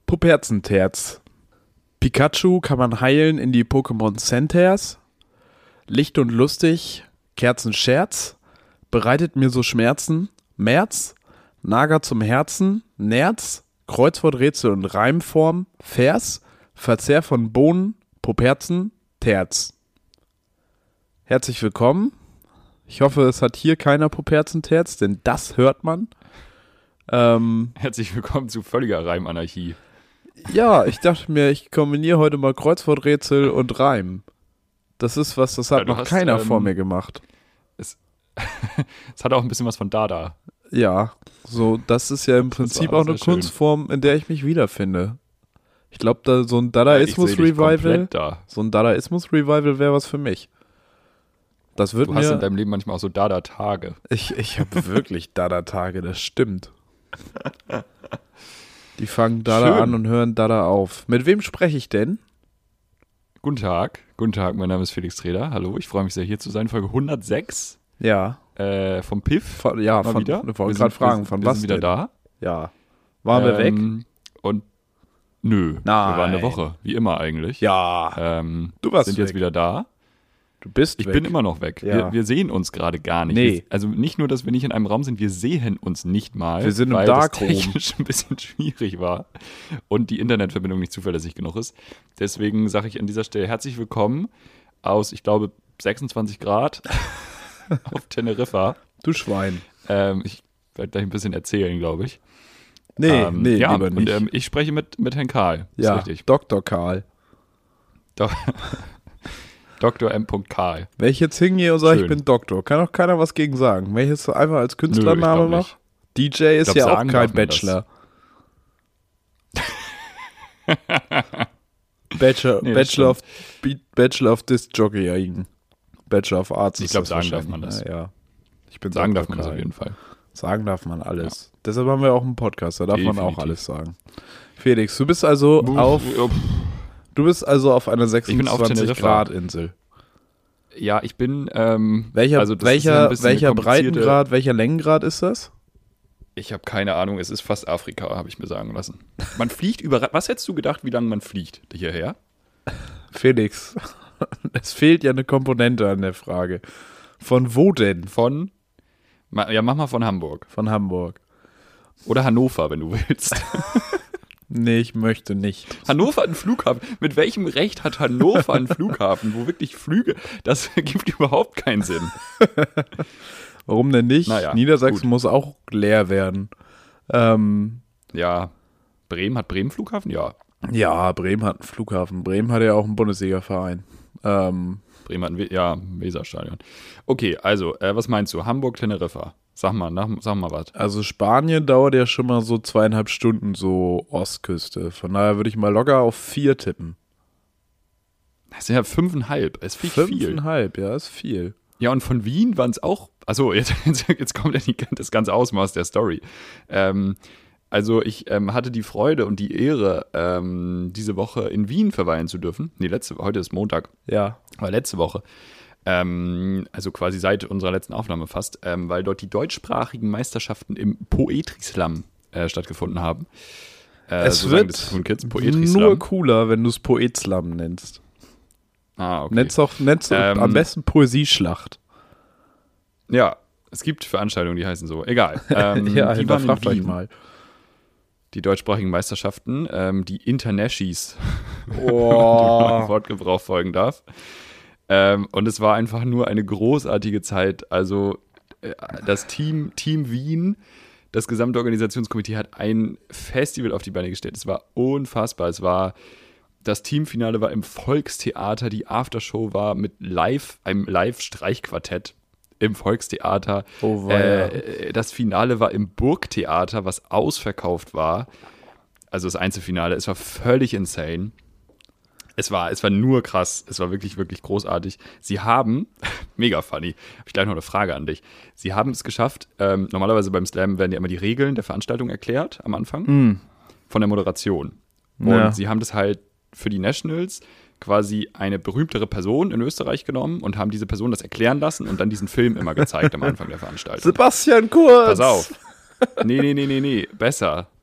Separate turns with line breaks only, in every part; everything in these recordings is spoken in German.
Puperzenterz. Pikachu kann man heilen in die Pokémon Centers. Licht und lustig, Kerzenscherz. Bereitet mir so Schmerzen. März. Nager zum Herzen. Nerz. Kreuzworträtsel und Reimform. Vers. Verzehr von Bohnen. Puperzen. Terz. Herzlich willkommen. Ich hoffe, es hat hier keiner Puperzenterz, denn das hört man.
Herzlich willkommen zu völliger Reimanarchie.
Ja, ich dachte mir, ich kombiniere heute mal Kreuzworträtsel und Reim. Das ist was, das hat noch keiner vor mir gemacht.
Es hat auch ein bisschen was von Dada.
Ja, so, das ist ja im Prinzip auch eine Kunstform, in der ich mich wiederfinde. Ich glaube, da so ein Dadaismus-Revival, wäre was für mich. Das wird
du hast in deinem Leben manchmal auch so Dada-Tage.
Ich habe wirklich Dada-Tage, das stimmt. Die fangen Dada an und hören Dada auf. Mit wem spreche ich denn?
Guten Tag, mein Name ist Felix Treder. Hallo, ich freue mich sehr, hier zu sein. Folge 106.
Ja.
Vom Piff.
Von was?
Wir sind wieder da.
Ja. Waren wir weg?
Und nö.
Nein.
Wir waren eine Woche, wie immer eigentlich.
Ja.
Du warst sind weg. Jetzt wieder da.
Du bist weg.
Ich bin immer noch weg.
Ja.
Wir sehen uns gerade gar nicht.
Nee.
Also nicht nur, dass wir nicht in einem Raum sind, wir sehen uns nicht mal.
Wir sind im
weil
Darkroom.
Das technisch ein bisschen schwierig war und die Internetverbindung nicht zuverlässig genug ist. Deswegen sage ich an dieser Stelle herzlich willkommen aus, ich glaube, 26 Grad auf Teneriffa.
Du Schwein.
Ich werde gleich ein bisschen erzählen, glaube ich.
Nee,
ja,
lieber nicht.
Und ich spreche mit Herrn Karl.
Ja,
ist richtig.
Dr. Karl.
Dr. M. Karl.
Wenn ich jetzt hingehe und sage, ich bin Doktor, kann auch keiner was gegen sagen. Wenn ich jetzt einfach als Künstlername mache, DJ ist ja auch kein Bachelor. Bachelor of Disc Jockeying. Bachelor of Arts.
Ich glaube, sagen darf man das.
Ja. Ich bin
sagen
Dr.
darf man das auf jeden Fall.
Sagen darf man alles. Ja. Deshalb haben wir auch einen Podcast, da darf man auch alles sagen. Felix, du bist also auf einer 26-Grad-Insel.
Ja, ich bin
welcher Breitengrad, welcher Längengrad ist das?
Ich habe keine Ahnung, es ist fast Afrika, habe ich mir sagen lassen. Man fliegt was hättest du gedacht, wie lange man fliegt hierher?
Felix, es fehlt ja eine Komponente an der Frage. Von wo denn?
Mach mal von Hamburg.
Von Hamburg.
Oder Hannover, wenn du willst.
Nee, ich möchte nicht.
Hannover hat einen Flughafen. Mit welchem Recht hat Hannover einen Flughafen, wo wirklich Flüge, das gibt überhaupt keinen Sinn.
Warum denn nicht?
Naja,
Niedersachsen muss auch leer werden.
Ja, hat Bremen Flughafen? Ja.
Ja, Bremen hat einen Flughafen. Bremen hat ja auch einen Bundesliga-Verein.
Bremen hat ein Weserstadion. Okay, also, was meinst du? Hamburg, Teneriffa. Sag mal was. Also
Spanien dauert ja schon mal so 2,5 Stunden, so Ostküste. Von daher würde ich mal locker auf 4 tippen.
Das sind ja 5,5. Es ist viel.
5,5, ja, ist viel.
Ja, und von Wien waren es auch, achso, jetzt kommt ja das ganze Ausmaß der Story. Also ich hatte die Freude und die Ehre, diese Woche in Wien verweilen zu dürfen. Nee, heute ist Montag.
Ja.
Aber letzte Woche. Also quasi seit unserer letzten Aufnahme fast, weil dort die deutschsprachigen Meisterschaften im Poetry-Slam stattgefunden haben.
Es so wird nur cooler, wenn du es Poet-Slam nennst.
Ah, okay.
Nennst am besten Poesieschlacht.
Ja, es gibt Veranstaltungen, die heißen so. Egal.
Ja, da fragt euch mal.
Die deutschsprachigen Meisterschaften, die Internashis,
oh.
wenn man Wortgebrauch folgen darf. Und es war einfach nur eine großartige Zeit. Also das Team Wien, das gesamte Organisationskomitee hat ein Festival auf die Beine gestellt. Es war unfassbar. Das Teamfinale war im Volkstheater, die Aftershow war mit einem Live-Streichquartett im Volkstheater.
Oh,
das Finale war im Burgtheater, was ausverkauft war. Also das Einzelfinale. Es war völlig insane. Es war nur krass. Es war wirklich, wirklich großartig. Sie haben, mega funny, habe ich gleich noch eine Frage an dich. Sie haben es geschafft, normalerweise beim Slam werden ja immer die Regeln der Veranstaltung erklärt am Anfang von der Moderation. Und sie haben das halt für die Nationals quasi eine berühmtere Person in Österreich genommen und haben diese Person das erklären lassen und dann diesen Film immer gezeigt am Anfang der Veranstaltung.
Sebastian Kurz!
Pass auf. Nee, besser.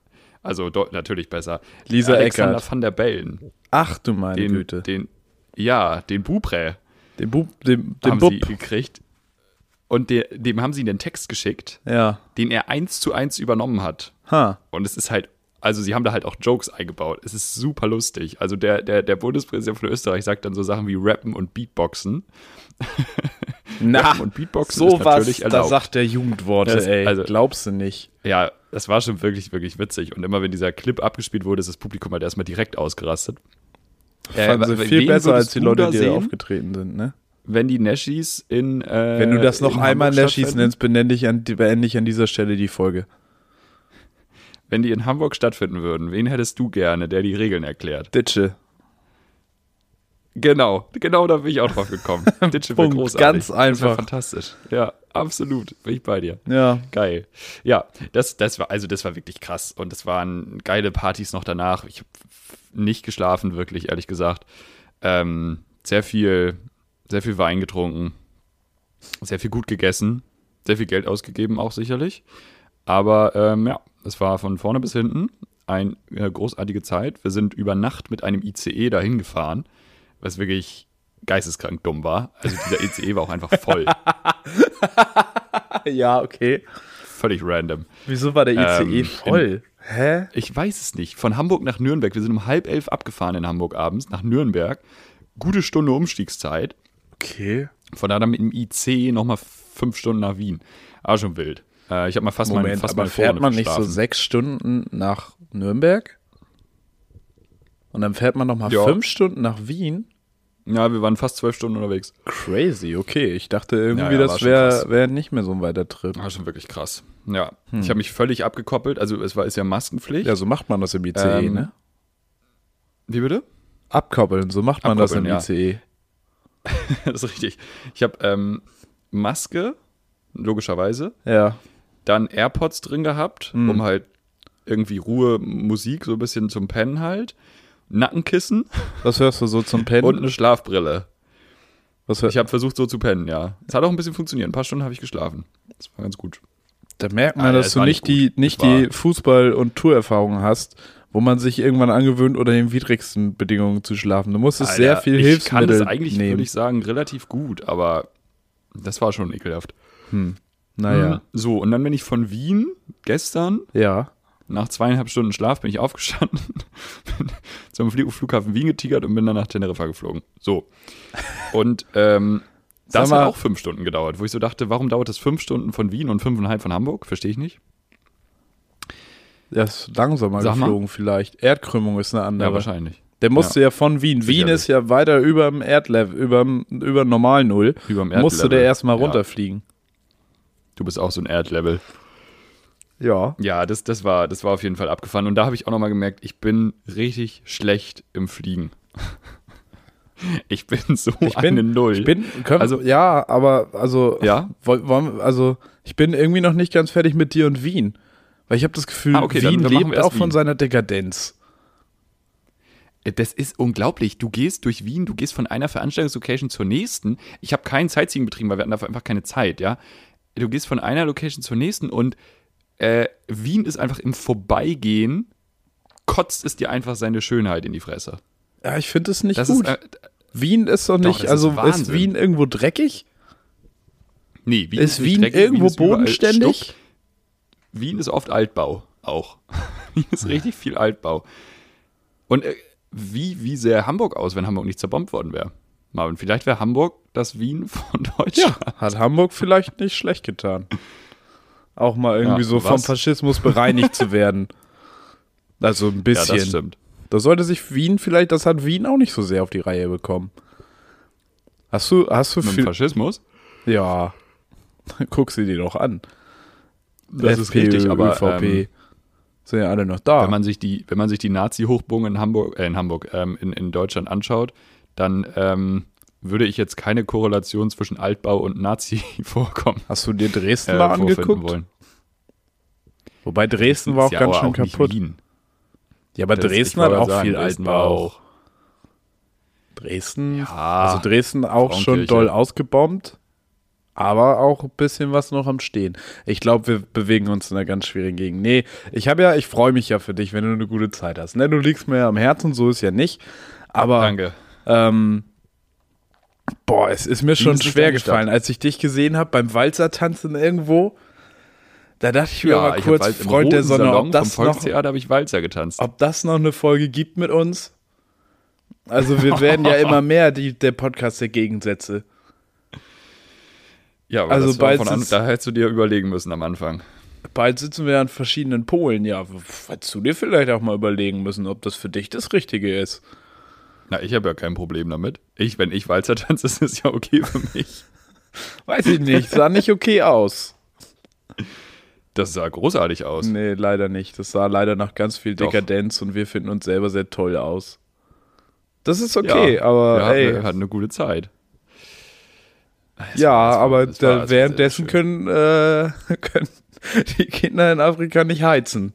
Also natürlich besser.
Lisa
Alexander
Eckert.
van der Bellen.
Ach du meine Güte.
Den Bubre
Den
haben
Bub.
sie gekriegt. Und dem haben sie den Text geschickt,
Ja.
den er 1:1 übernommen hat.
Ha.
Und es ist halt, also sie haben da halt auch Jokes eingebaut. Es ist super lustig. Also der Bundespräsident von Österreich sagt dann so Sachen wie Rappen und Beatboxen. Rappen und Beatboxen ist natürlich
da
erlaubt.
sagt der Jugendworte,
Das-
ey.
also-
Glaubst du nicht.
Ja, das war schon wirklich, wirklich witzig. Und immer wenn dieser Clip abgespielt wurde, ist das Publikum halt erstmal direkt ausgerastet.
Fanden sie viel
wen
besser als
würdest
die
du
Leute,
da
die
sehen,
aufgetreten sind, ne?
wenn die Nashis in
Wenn du das noch
in
einmal
Hamburg
Nashis
stattfinden?
nennst, beende ich an dieser Stelle die Folge.
Wenn die in Hamburg stattfinden würden, wen hättest du gerne, der die Regeln erklärt?
Ditsche.
Genau, da bin ich auch drauf gekommen. Ditsche wäre
Punkt,
großartig.
ganz
Das wär
einfach.
fantastisch. Ja, absolut. Bin ich bei dir.
Ja.
Geil. Ja, das war wirklich krass. Und es waren geile Partys noch danach. Ich habe nicht geschlafen, wirklich, ehrlich gesagt. Sehr viel Wein getrunken. Sehr viel gut gegessen. Sehr viel Geld ausgegeben, auch sicherlich. Aber ja, es war von vorne bis hinten eine großartige Zeit. Wir sind über Nacht mit einem ICE dahin gefahren, was wirklich geisteskrank dumm war. Also dieser ICE war auch einfach voll.
Ja, okay.
Völlig random.
Wieso war der ICE voll? Hä?
Ich weiß es nicht. Von Hamburg nach Nürnberg. Wir sind um 10:30 abgefahren in Hamburg abends nach Nürnberg. Gute Stunde Umstiegszeit.
Okay.
Von da dann mit dem IC nochmal 5 Stunden nach Wien. Aber schon wild. Ich habe mal fast
Moment,
fast
aber
meine
fährt
Vorrunde
man nicht so
verschlafen.
6 Stunden nach Nürnberg? Und dann fährt man noch mal
Ja.
5 Stunden nach Wien?
Ja, wir waren fast 12 Stunden unterwegs.
Crazy, okay. Ich dachte irgendwie,
Ja, ja, war
das
schon krass.
wär nicht mehr so ein weiter Trip.
War schon wirklich krass. Ja, ich habe mich völlig abgekoppelt. Also ist ja Maskenpflicht.
Ja, so macht man das im ICE, ne?
Wie bitte?
Abkoppeln, so macht man das im
Abkoppeln, ja.
ICE.
Das ist richtig. Ich habe Maske, logischerweise.
Ja.
Dann AirPods drin gehabt, um halt irgendwie Ruhe, Musik, so ein bisschen zum Pennen halt. Nackenkissen
Was hörst du so zum Pennen?
und eine Schlafbrille.
Was hör
Ich habe versucht, so zu pennen, ja. Es hat auch ein bisschen funktioniert. Ein paar Stunden habe ich geschlafen. Das war ganz gut.
Da merkt man,
Ah, ja,
dass
es
du
war
nicht
nicht gut.
die
Es war-
Fußball- und Tourerfahrung hast, wo man sich irgendwann angewöhnt, unter den widrigsten Bedingungen zu schlafen. Du musstest
Alter,
sehr viel
ich
Hilfsmittel
kann es eigentlich,
nehmen.
würde ich sagen, relativ gut, aber das war schon ekelhaft.
Naja,
So, und dann bin ich von Wien gestern,
ja.
nach 2,5 Stunden Schlaf, bin ich aufgestanden, bin zum Flughafen Wien getigert und bin dann nach Teneriffa geflogen. So. Und das
mal-
hat auch 5 Stunden gedauert, wo ich so dachte, warum dauert das 5 Stunden von Wien und 5,5 von Hamburg? Verstehe ich nicht.
Der ist langsamer
Sag mal.
geflogen vielleicht. Erdkrümmung ist eine andere.
Ja, wahrscheinlich.
Der musste ja von Wien. Wien
Sicherlich.
ist ja weiter über dem Erdlevel, über normal Null.
Überm
Musste
Erdlevel.
der erstmal
Ja.
runterfliegen.
Du bist auch so ein Erdlevel.
Ja.
Ja, das war auf jeden Fall abgefahren. Und da habe ich auch nochmal gemerkt, ich bin richtig schlecht im Fliegen. Ich bin so eine Null.
Ja, aber also,
Ja?
ich bin irgendwie noch nicht ganz fertig mit dir und Wien. Weil ich habe das Gefühl,
Okay, dann
Wien
machen wir
lebt
erst
auch von
Wien.
seiner Dekadenz.
Das ist unglaublich. Du gehst durch Wien, du gehst von einer Veranstaltungslocation zur nächsten. Ich habe keinen Sightseeing betrieben, weil wir hatten dafür einfach keine Zeit, ja. Du gehst von einer Location zur nächsten und Wien ist einfach im Vorbeigehen, kotzt es dir einfach seine Schönheit in die Fresse.
Ja, ich finde es nicht
Das
gut.
ist,
Wien ist doch nicht,
das ist
also ist
Wahnsinn.
Wien irgendwo dreckig?
nee, Wien
Ist
nicht
Wien
dreckig,
irgendwo
ist überall
bodenständig?
Stuck. Wien ist oft Altbau auch. Wien ist richtig viel Altbau. Und wie sähe Hamburg aus, wenn Hamburg nicht zerbombt worden wäre? Marvin, vielleicht wäre Hamburg das Wien von Deutschland.
Hat Hamburg vielleicht nicht schlecht getan. Auch mal irgendwie
Ja,
so vom
was?
Faschismus bereinigt zu werden. Also ein
Ja,
bisschen.
das stimmt.
Da sollte sich Wien vielleicht, das hat Wien auch nicht so sehr auf die Reihe bekommen. Hast du
Mit dem
viel,
Faschismus?
ja, guck sie dir doch an.
Das ist richtig, aber
ÖVP sind ja alle noch da.
wenn man sich die Nazi-Hochburgen in Deutschland anschaut, dann würde ich jetzt keine Korrelation zwischen Altbau und Nazi vorkommen.
Hast du dir Dresden mal
vorfinden
angeguckt?
wollen.
Wobei Dresden war auch
Ist ja
ganz
aber
schön
auch nicht
kaputt.
Wien.
Ja, aber
Das- ich
Dresden hat
wollte
auch
sagen,
viel
Dresden war
Altbau.
auch-
Dresden,
Ja,
also Dresden auch schon
Frauenkirche.
doll ausgebombt. Aber auch ein bisschen was noch am Stehen. Ich glaube, wir bewegen uns in einer ganz schwierigen Gegend. Nee, ich freue mich ja für dich, wenn du eine gute Zeit hast. Ne, du liegst mir ja am Herzen, so ist ja nicht. Aber
Danke.
Es ist mir schon schwer gefallen, als ich dich gesehen habe beim Walzertanzen irgendwo. Da dachte ich mir mal kurz, Freund der Sonne,
ob das vom Volkstheater habe ich Walzer getanzt.
Ob das noch eine Folge gibt mit uns? Also wir werden ja immer mehr der Podcast der Gegensätze.
Ja, aber also da hättest du dir überlegen müssen am Anfang.
Bald sitzen wir an verschiedenen Polen. Ja, hättest du dir vielleicht auch mal überlegen müssen, ob das für dich das Richtige ist.
Na, ich habe ja kein Problem damit. Wenn ich Walzer tanze, ist es ja okay für mich.
Weiß ich nicht, sah nicht okay aus.
Das sah großartig aus.
Nee, leider nicht. Das sah leider nach ganz viel Dekadenz und wir finden uns selber sehr toll aus. Das ist okay, ja, aber
wir hatten eine gute Zeit.
Währenddessen können die Kinder in Afrika nicht heizen.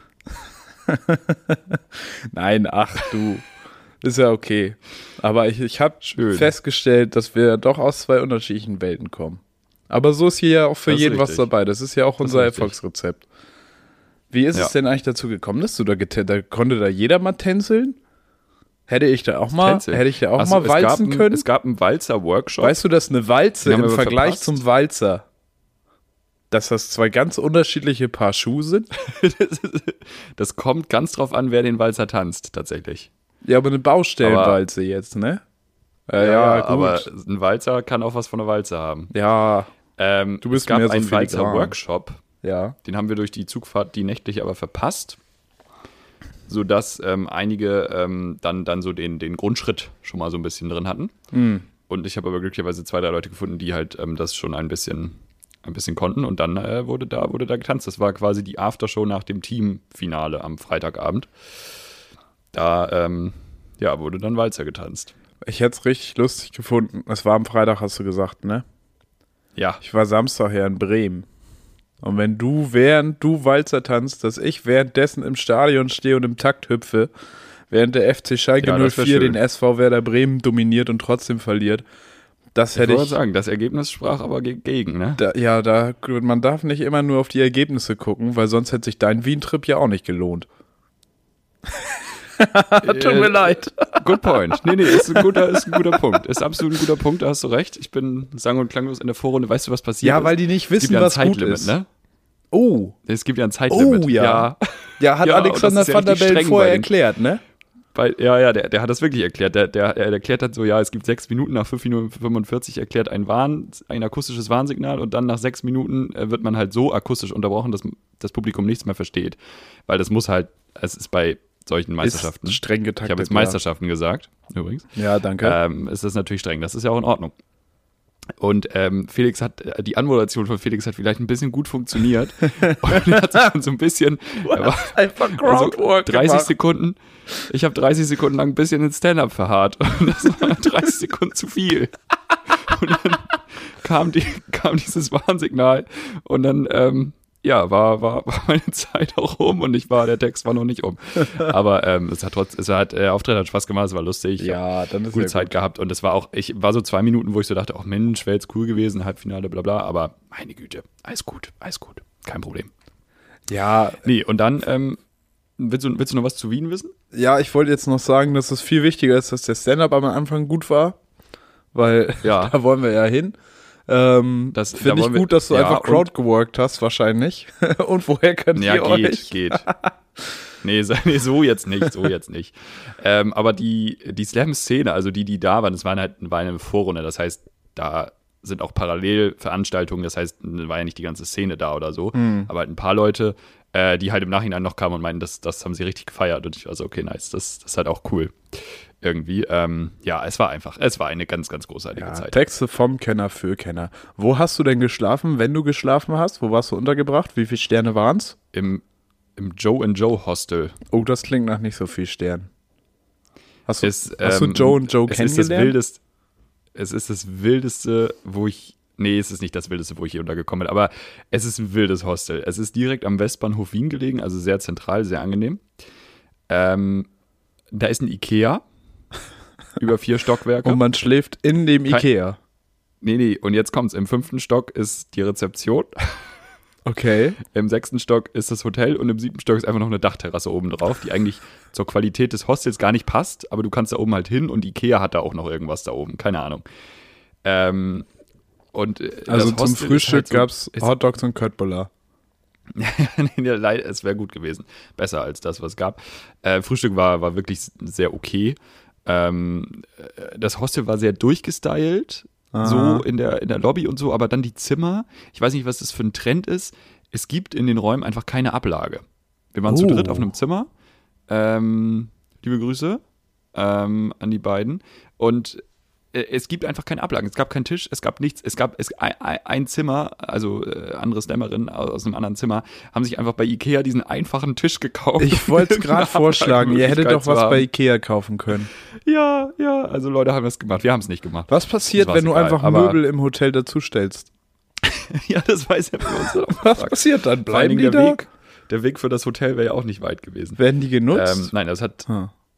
Nein, ach du, ist ja okay. Aber ich habe festgestellt, dass wir doch aus 2 unterschiedlichen Welten kommen. Aber so ist hier ja auch für jeden was dabei. Das ist ja auch unser Erfolgsrezept. Wie ist es denn eigentlich dazu gekommen, dass du da konnte da jeder mal tänzeln? Hätte ich da auch mal walzen können?
Es gab einen Walzer-Workshop.
Weißt du, dass eine Walze im Vergleich zum Walzer, dass das 2 ganz unterschiedliche Paar Schuhe sind?
Das kommt ganz drauf an, wer den Walzer tanzt, tatsächlich.
Ja, aber eine Baustellenwalze jetzt, ne?
Ja, gut. Aber ein Walzer kann auch was von einer Walze haben.
Ja,
du bist mehr so einen Walzer-Workshop.
Ja.
Den haben wir durch die Zugfahrt, die nächtliche, aber verpasst. Sodass einige dann so den Grundschritt schon mal so ein bisschen drin hatten. Mhm. Und ich habe aber glücklicherweise 2, 3 Leute gefunden, die halt das schon ein bisschen konnten. Und dann wurde da getanzt. Das war quasi die Aftershow nach dem Teamfinale am Freitagabend. Da wurde dann Walzer getanzt.
Ich hätte es richtig lustig gefunden. Es war am Freitag, hast du gesagt, ne?
Ja.
Ich war Samstag ja in Bremen. Und wenn während du Walzer tanzt, dass ich währenddessen im Stadion stehe und im Takt hüpfe, während der FC Schalke 04 den SV Werder Bremen dominiert und trotzdem verliert, das hätte ich...
wollte sagen, das Ergebnis sprach aber gegen, ne?
Man darf nicht immer nur auf die Ergebnisse gucken, weil sonst hätte sich dein Wien-Trip ja auch nicht gelohnt. Tut mir leid.
Good point. Nee, ist ein guter Punkt. Ist absolut ein guter Punkt, da hast du recht. Ich bin sang- und klanglos in der Vorrunde. Weißt du, was passiert ist?
Ja, weil die nicht wissen, was gut ist.
Ne?
Oh.
Es gibt ja ein Zeitlimit.
Oh, ja. Ja, hat Alexander van der Bellen vorher erklärt, ne?
Der hat das wirklich erklärt. Der erklärt hat so, es gibt 6 Minuten, nach 5 Minuten 45 erklärt ein akustisches Warnsignal und dann nach 6 Minuten wird man halt so akustisch unterbrochen, dass das Publikum nichts mehr versteht. Weil das muss halt, es ist bei solchen Meisterschaften.
Ist streng getaktet.
Ich habe jetzt Meisterschaften gesagt, übrigens.
Ja, danke.
Ist das natürlich streng. Das ist ja auch in Ordnung. Und die Anmoderation von Felix hat vielleicht ein bisschen gut funktioniert. Und er hat sich dann so ein bisschen.
Einfach Crowdwork
30
gemacht.
Sekunden. Ich habe 30 Sekunden lang ein bisschen in Stand-up verharrt. Und das waren 30 Sekunden zu viel. Und dann kam dieses Warnsignal. Und dann, war meine Zeit auch um und der Text war noch nicht um. Aber der Auftritt hat Spaß gemacht, es war lustig.
Ja, dann ist
gute Zeit gehabt und es war war so 2 Minuten, wo ich so dachte, ach Mensch, wäre jetzt cool gewesen, Halbfinale, bla bla, aber meine Güte, alles gut, kein Problem.
Ja.
Nee, und dann, willst du noch was zu Wien wissen?
Ja, ich wollte jetzt noch sagen, dass es viel wichtiger ist, dass der Stand-Up am Anfang gut war, weil da wollen wir ja hin. Finde ich gut, dass du einfach Crowd geworkt hast, wahrscheinlich. Und woher könnt ihr euch?
Geht. Nee, so jetzt nicht. Aber die Slam-Szene, also die da waren, das war eine Vorrunde, das heißt, da sind auch Parallelveranstaltungen, das heißt, war ja nicht die ganze Szene da oder so, aber halt ein paar Leute, die halt im Nachhinein noch kamen und meinten, das haben sie richtig gefeiert und ich war so, okay, nice, das ist halt auch cool. Irgendwie, es war eine ganz, ganz großartige Zeit.
Texte vom Kenner für Kenner. Wo hast du denn geschlafen, wenn du geschlafen hast? Wo warst du untergebracht? Wie viele Sterne waren es?
Im Joe & Joe Hostel.
Oh, das klingt nach nicht so viel Sternen. Hast du Joe und Joe kennengelernt?
Es ist das Wildeste, es ist nicht das Wildeste, wo ich hier untergekommen bin, aber es ist ein wildes Hostel. Es ist direkt am Westbahnhof Wien gelegen, also sehr zentral, sehr angenehm. Da ist ein Ikea. Über 4 Stockwerke.
Und man schläft in dem Ikea.
Nee, und jetzt kommt's. Im 5. Stock ist die Rezeption.
Okay.
Im 6. Stock ist das Hotel und im 7. Stock ist einfach noch eine Dachterrasse oben drauf, die eigentlich zur Qualität des Hostels gar nicht passt, aber du kannst da oben halt hin und Ikea hat da auch noch irgendwas da oben, keine Ahnung.
Also zum Frühstück halt so, gab's Hotdogs und Köttbullar.
Es wäre gut gewesen. Besser als das, was es gab. Frühstück war wirklich sehr okay. Das Hostel war sehr durchgestylt. Aha. So in der Lobby und so, aber dann die Zimmer, ich weiß nicht, was das für ein Trend ist, es gibt in den Räumen einfach keine Ablage. Wir waren zu dritt auf einem Zimmer, liebe Grüße an die beiden, und es gibt einfach keine Ablagen, es gab keinen Tisch, es gab nichts, es gab ein Zimmer, also andere Slammerinnen aus einem anderen Zimmer, haben sich einfach bei Ikea diesen einfachen Tisch gekauft.
Ich wollte es gerade vorschlagen, ihr hättet doch was bei Ikea kaufen können.
Ja, also Leute haben es gemacht, wir haben es nicht gemacht.
Was passiert, wenn du einfach Möbel im Hotel dazustellst?
Ja, das weiß er für uns.
Was passiert dann? Bleiben die da?
Der Weg für das Hotel wäre ja auch nicht weit gewesen.
Werden die genutzt?
Nein, das hat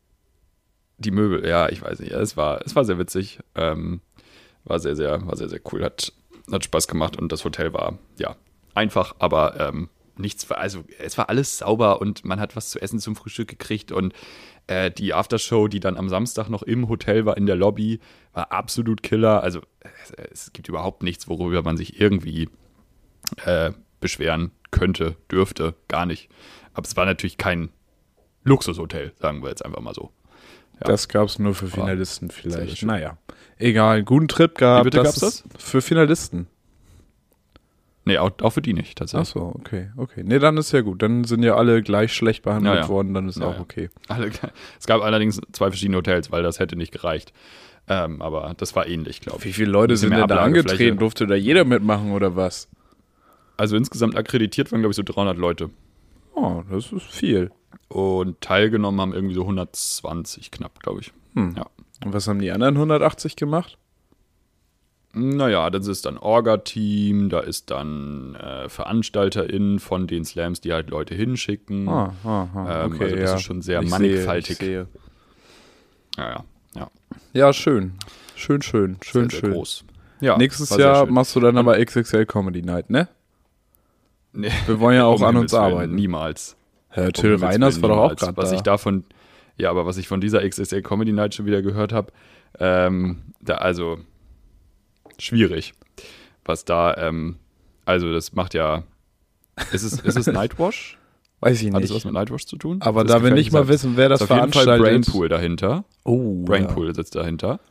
die Möbel, ja, ich weiß nicht. Es war sehr witzig. War sehr, sehr cool. Hat Spaß gemacht und das Hotel war, ja, einfach, aber nichts, also es war alles sauber und man hat was zu essen zum Frühstück gekriegt und die Aftershow, die dann am Samstag noch im Hotel war, in der Lobby, war absolut Killer. Also es gibt überhaupt nichts, worüber man sich irgendwie beschweren könnte, dürfte, gar nicht. Aber es war natürlich kein Luxushotel, sagen wir jetzt einfach mal so. Ja.
Das gab es nur für Finalisten vielleicht. Naja, egal, guten Trip gehabt.
Wie bitte gab's das?
Für Finalisten.
Nee, auch für die nicht, tatsächlich.
Ach so, okay. Nee, dann ist ja gut. Dann sind ja alle gleich schlecht behandelt worden, dann ist auch okay.
Es gab allerdings 2 verschiedene Hotels, weil das hätte nicht gereicht. Aber das war ähnlich, glaube ich.
Wie viele Leute sind denn da angetreten? Durfte da jeder mitmachen oder was?
Also insgesamt akkreditiert waren, glaube ich, so 300 Leute.
Oh, das ist viel.
Und teilgenommen haben irgendwie so 120 knapp, glaube ich. Ja.
Und was haben die anderen 180 gemacht?
Naja, das ist dann Orga-Team, da ist dann VeranstalterInnen von den Slams, die halt Leute hinschicken.
Okay,
also das ist schon sehr mannigfaltig.
Ich sehe.
Ja.
Ja, schön. Schön.
Sehr groß. Ja,
nächstes Jahr machst du dann aber XXL Comedy Night, ne?
Nee.
Wir wollen ja auch an uns arbeiten.
Niemals.
Herr Till Reiners war doch auch gerade
da. Was ich von dieser XXL Comedy Night schon wieder gehört habe, also schwierig. Was da, also das macht ja, ist es Nightwash?
Weiß ich nicht.
Hat das was mit Nightwash zu tun?
Aber da wir nicht mal wissen, wer das veranstaltet.
Auf jeden Fall Brainpool dahinter.
Oh,
Brainpool sitzt dahinter.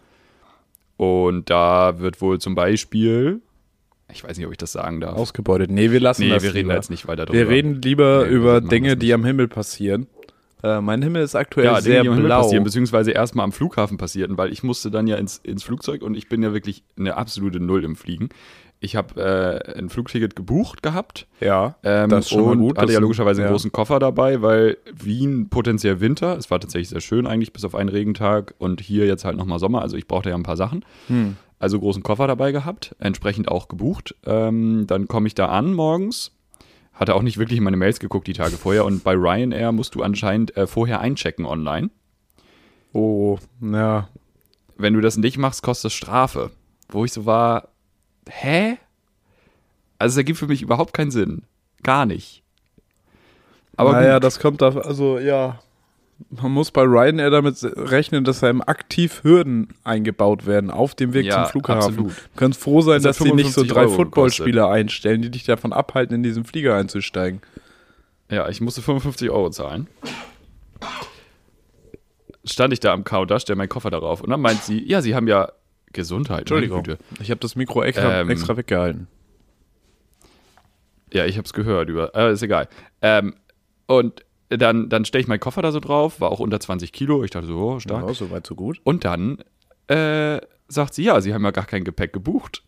Und da wird wohl zum Beispiel, ich weiß nicht, ob ich das sagen darf.
Ausgebeutet. Nee, wir lassen das
wir reden
lieber.
Jetzt nicht weiter drüber.
Wir reden lieber über Dinge, die am Himmel passieren. Mein Himmel ist aktuell sehr
Dinge, die
blau.
Passieren, beziehungsweise erstmal am Flughafen passierten, weil ich musste dann ja ins Flugzeug und ich bin ja wirklich eine absolute Null im Fliegen. Ich habe ein Flugticket gebucht gehabt.
Ja, das ist schon mal gut.
Hatte ja logischerweise einen großen Koffer dabei, weil Wien potenziell Winter. Es war tatsächlich sehr schön eigentlich, bis auf einen Regentag. Und hier jetzt halt nochmal Sommer. Also ich brauchte ja ein paar Sachen. Also großen Koffer dabei gehabt, entsprechend auch gebucht. Dann komme ich da an morgens. Hatte auch nicht wirklich in meine Mails geguckt die Tage vorher. Und bei Ryanair musst du anscheinend vorher einchecken online.
Oh, ja.
Wenn du das nicht machst, kostet es Strafe. Wo ich so war, hä? Also es ergibt für mich überhaupt keinen Sinn. Gar nicht. Aber
naja,
gut.
Das kommt da, also ja, man muss bei Ryanair damit rechnen, dass da aktiv Hürden eingebaut werden auf dem Weg zum Flughafen.
Absolut.
Du kannst froh sein, dass sie nicht so 3
€
Footballspieler einstellen, die dich davon abhalten, in diesen Flieger einzusteigen.
Ja, ich musste 55 € zahlen. Stand ich da am Counter, stell meinen Koffer darauf und dann meint sie, ja, sie haben ja Gesundheit.
Entschuldigung, ich habe das Mikro extra weggehalten.
Ja, ich habe es gehört. Ist egal. Und dann stelle ich meinen Koffer da so drauf, war auch unter 20 Kilo. Ich dachte so, oh, stark.
Ja, so weit, so gut.
Und dann sagt sie, ja, sie haben ja gar kein Gepäck gebucht.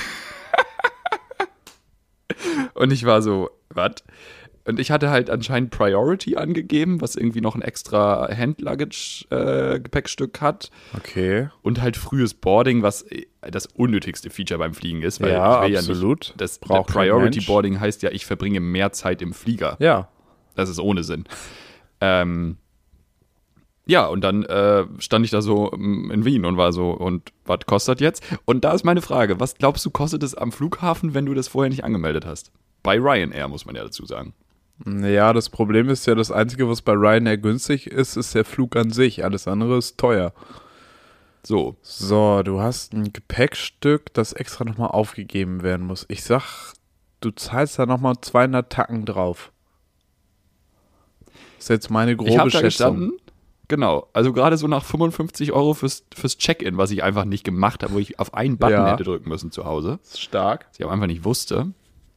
Und ich war so, was? Und ich hatte halt anscheinend Priority angegeben, was irgendwie noch ein extra Hand-Luggage-Gepäckstück hat.
Okay.
Und halt frühes Boarding, was das unnötigste Feature beim Fliegen ist. Weil
ja,
ich will
absolut.
Ja nicht, das Priority-Boarding heißt ja, ich verbringe mehr Zeit im Flieger.
Ja.
Das ist ohne Sinn. Ja, und dann stand ich da so in Wien und war so, und was kostet jetzt? Und da ist meine Frage, was glaubst du, kostet es am Flughafen, wenn du das vorher nicht angemeldet hast? Bei Ryanair, muss man ja dazu sagen.
Ja, das Problem ist ja, das Einzige, was bei Ryanair günstig ist, ist der Flug an sich. Alles andere ist teuer.
So.
So, du hast ein Gepäckstück, das extra nochmal aufgegeben werden muss. Ich sag, du zahlst da nochmal 200 Tacken drauf. Das ist jetzt meine grobe
Ich habe da
Schätzung.
gestanden, genau, also gerade so nach 55 Euro fürs Check-in, was ich einfach nicht gemacht habe, wo ich auf einen Button
Ja.
hätte drücken müssen zu Hause,
Das ist stark.
was ich auch einfach nicht wusste.